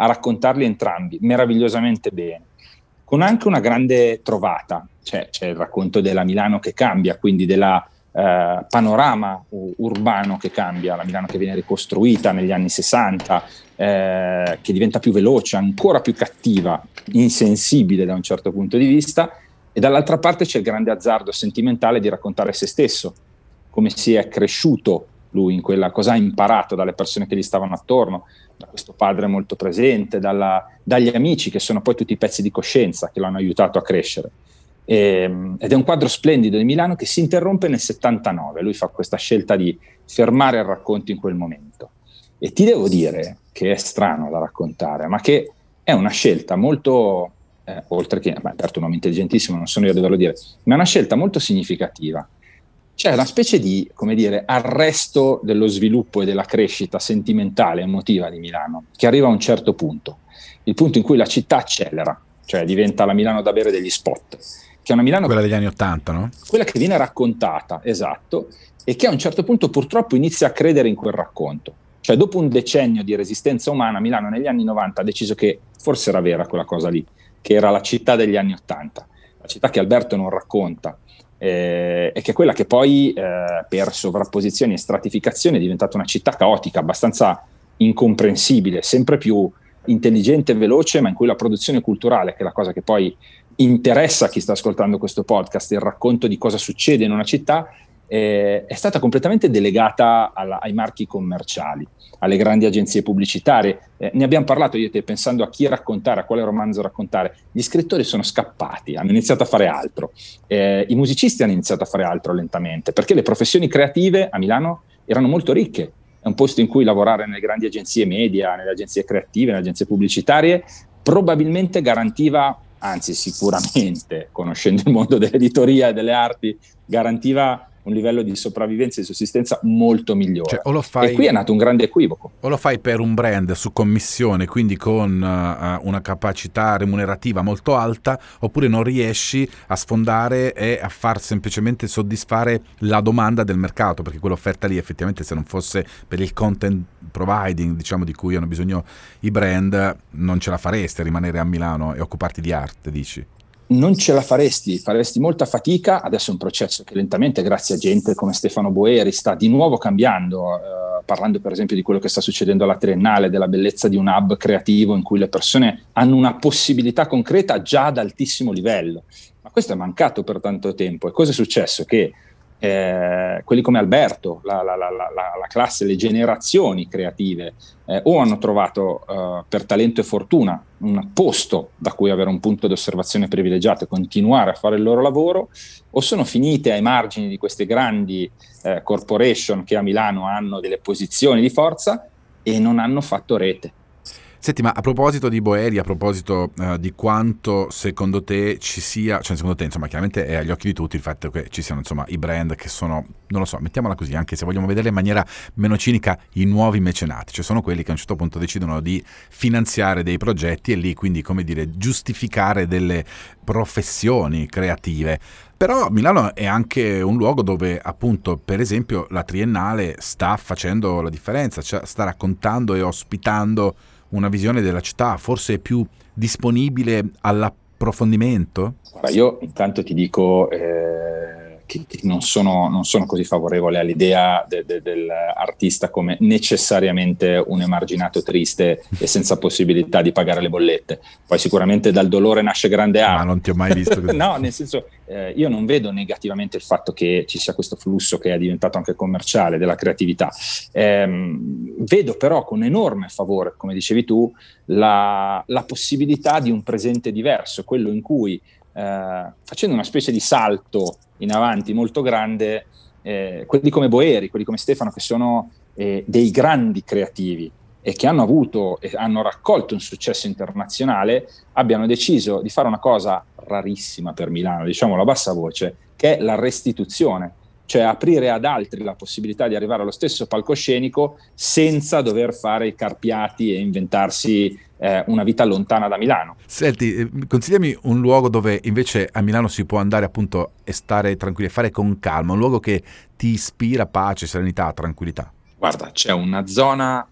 a raccontarli entrambi meravigliosamente bene, con anche una grande trovata. C'è, c'è il racconto della Milano che cambia, quindi della eh, panorama uh, urbano che cambia, la Milano che viene ricostruita negli anni sessanta, eh, che diventa più veloce, ancora più cattiva, insensibile da un certo punto di vista, e dall'altra parte c'è il grande azzardo sentimentale di raccontare se stesso, come si è cresciuto lui in quella, cosa ha imparato dalle persone che gli stavano attorno, da questo padre molto presente, dalla, dagli amici che sono poi tutti i pezzi di coscienza che l'hanno aiutato a crescere. E, ed è un quadro splendido di Milano che si interrompe nel settantanove. Lui fa questa scelta di fermare il racconto in quel momento, e ti devo dire che è strano da raccontare, ma che è una scelta molto eh, oltre che, beh, Alberto è un uomo intelligentissimo, non sono io a doverlo dire, ma è una scelta molto significativa. C'è una specie di, come dire, arresto dello sviluppo e della crescita sentimentale e emotiva di Milano, che arriva a un certo punto, il punto in cui la città accelera, cioè diventa la Milano da bere degli spot, che è una Milano, quella degli anni Ottanta, no? Quella che viene raccontata, esatto, e che a un certo punto purtroppo inizia a credere in quel racconto. Cioè dopo un decennio di resistenza umana, Milano negli anni novanta ha deciso che forse era vera quella cosa lì, che era la città degli anni Ottanta, la città che Alberto non racconta, eh, e che è quella che poi eh, per sovrapposizioni e stratificazioni è diventata una città caotica, abbastanza incomprensibile, sempre più intelligente e veloce, ma in cui la produzione culturale, che è la cosa che poi interessa a chi sta ascoltando questo podcast, il racconto di cosa succede in una città, eh, è stata completamente delegata alla, ai marchi commerciali, alle grandi agenzie pubblicitarie. Eh, ne abbiamo parlato io e te, pensando a chi raccontare, a quale romanzo raccontare. Gli scrittori sono scappati, hanno iniziato a fare altro, eh, i musicisti hanno iniziato a fare altro lentamente, perché le professioni creative a Milano erano molto ricche. È un posto in cui lavorare nelle grandi agenzie media, nelle agenzie creative, nelle agenzie pubblicitarie, probabilmente garantiva, anzi sicuramente, conoscendo il mondo dell'editoria e delle arti, garantiva un livello di sopravvivenza e di sussistenza molto migliore. Cioè, o lo fai, e qui è nato un grande equivoco. O lo fai per un brand su commissione, quindi con uh, una capacità remunerativa molto alta, oppure non riesci a sfondare e a far semplicemente soddisfare la domanda del mercato, perché quell'offerta lì effettivamente, se non fosse per il content providing, diciamo, di cui hanno bisogno i brand, non ce la faresti a rimanere a Milano e occuparti di arte, dici? Non ce la faresti, faresti molta fatica. Adesso è un processo che lentamente, grazie a gente come Stefano Boeri, sta di nuovo cambiando, eh, parlando per esempio di quello che sta succedendo alla Triennale, della bellezza di un hub creativo in cui le persone hanno una possibilità concreta già ad altissimo livello. Ma questo è mancato per tanto tempo. E cosa è successo? Che eh, quelli come Alberto, la, la, la, la, la classe, le generazioni creative, eh, o hanno trovato eh, per talento e fortuna un posto da cui avere un punto di osservazione privilegiato e continuare a fare il loro lavoro, o sono finite ai margini di queste grandi eh, corporation che a Milano hanno delle posizioni di forza e non hanno fatto rete. Senti, ma a proposito di Boeri, a proposito uh, di quanto secondo te ci sia, cioè secondo te, insomma, chiaramente è agli occhi di tutti il fatto che ci siano, insomma, i brand che sono, non lo so, mettiamola così, anche se vogliamo vederla in maniera meno cinica, i nuovi mecenati, cioè sono quelli che a un certo punto decidono di finanziare dei progetti e lì quindi, come dire, giustificare delle professioni creative. Però Milano è anche un luogo dove, appunto, per esempio, la Triennale sta facendo la differenza, cioè sta raccontando e ospitando una visione della città forse più disponibile all'approfondimento? Guarda, io intanto ti dico eh, che, che non sono, non sono così favorevole all'idea de, de, dell'artista come necessariamente un emarginato triste e senza possibilità di pagare le bollette. Poi sicuramente dal dolore nasce grande arte. Ma non ti ho mai visto così. No, nel senso, eh, io non vedo negativamente il fatto che ci sia questo flusso che è diventato anche commerciale della creatività. Eh, vedo però con enorme favore, come dicevi tu, la, la possibilità di un presente diverso, quello in cui eh, facendo una specie di salto in avanti molto grande, eh, quelli come Boeri, quelli come Stefano, che sono eh, dei grandi creativi e che hanno avuto e hanno raccolto un successo internazionale, abbiano deciso di fare una cosa rarissima per Milano, diciamolo a bassa voce, che è la restituzione, cioè aprire ad altri la possibilità di arrivare allo stesso palcoscenico senza dover fare i carpiati e inventarsi eh, una vita lontana da Milano. Senti, consigliami un luogo dove invece a Milano si può andare appunto e stare tranquilli, e fare con calma, un luogo che ti ispira pace, serenità, tranquillità. Guarda, c'è una zona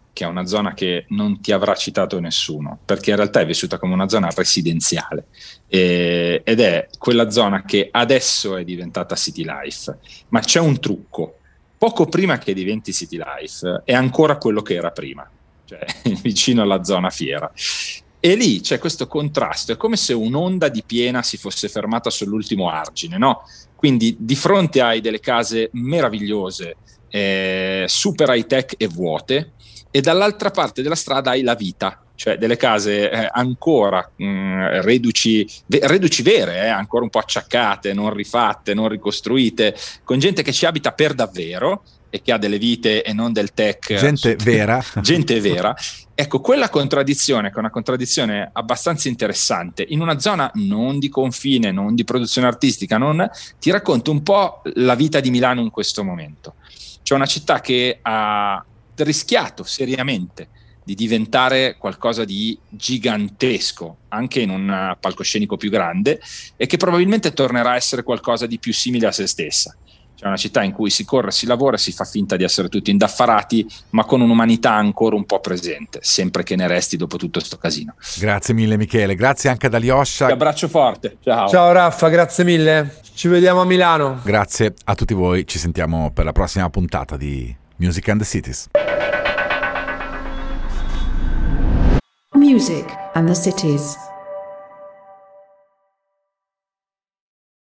che è una zona che non ti avrà citato nessuno, perché in realtà è vissuta come una zona residenziale, e, ed è quella zona che adesso è diventata City Life, ma c'è un trucco: poco prima che diventi City Life è ancora quello che era prima, cioè vicino alla zona fiera. E lì c'è questo contrasto, è come se un'onda di piena si fosse fermata sull'ultimo argine, no? Quindi di fronte hai delle case meravigliose, eh, super high tech e vuote, e dall'altra parte della strada hai la vita, cioè delle case eh, ancora mh, reduci, ve- reduci vere, eh, ancora un po' acciaccate, non rifatte, non ricostruite, con gente che ci abita per davvero e che ha delle vite e non del tech. Gente su- vera. Gente vera. Ecco, quella contraddizione, che è una contraddizione abbastanza interessante, in una zona non di confine, non di produzione artistica, non, ti racconta un po' la vita di Milano in questo momento. C'è una città che ha rischiato seriamente di diventare qualcosa di gigantesco, anche in un palcoscenico più grande, e che probabilmente tornerà a essere qualcosa di più simile a se stessa. C'è una città in cui si corre, si lavora, si fa finta di essere tutti indaffarati, ma con un'umanità ancora un po' presente, sempre che ne resti dopo tutto sto casino. Grazie mille Michele, grazie anche ad Alyosha. Ti abbraccio forte, ciao. Ciao Raffa, grazie mille. Ci vediamo a Milano. Grazie a tutti voi, ci sentiamo per la prossima puntata di Music and the Cities. Music and the Cities.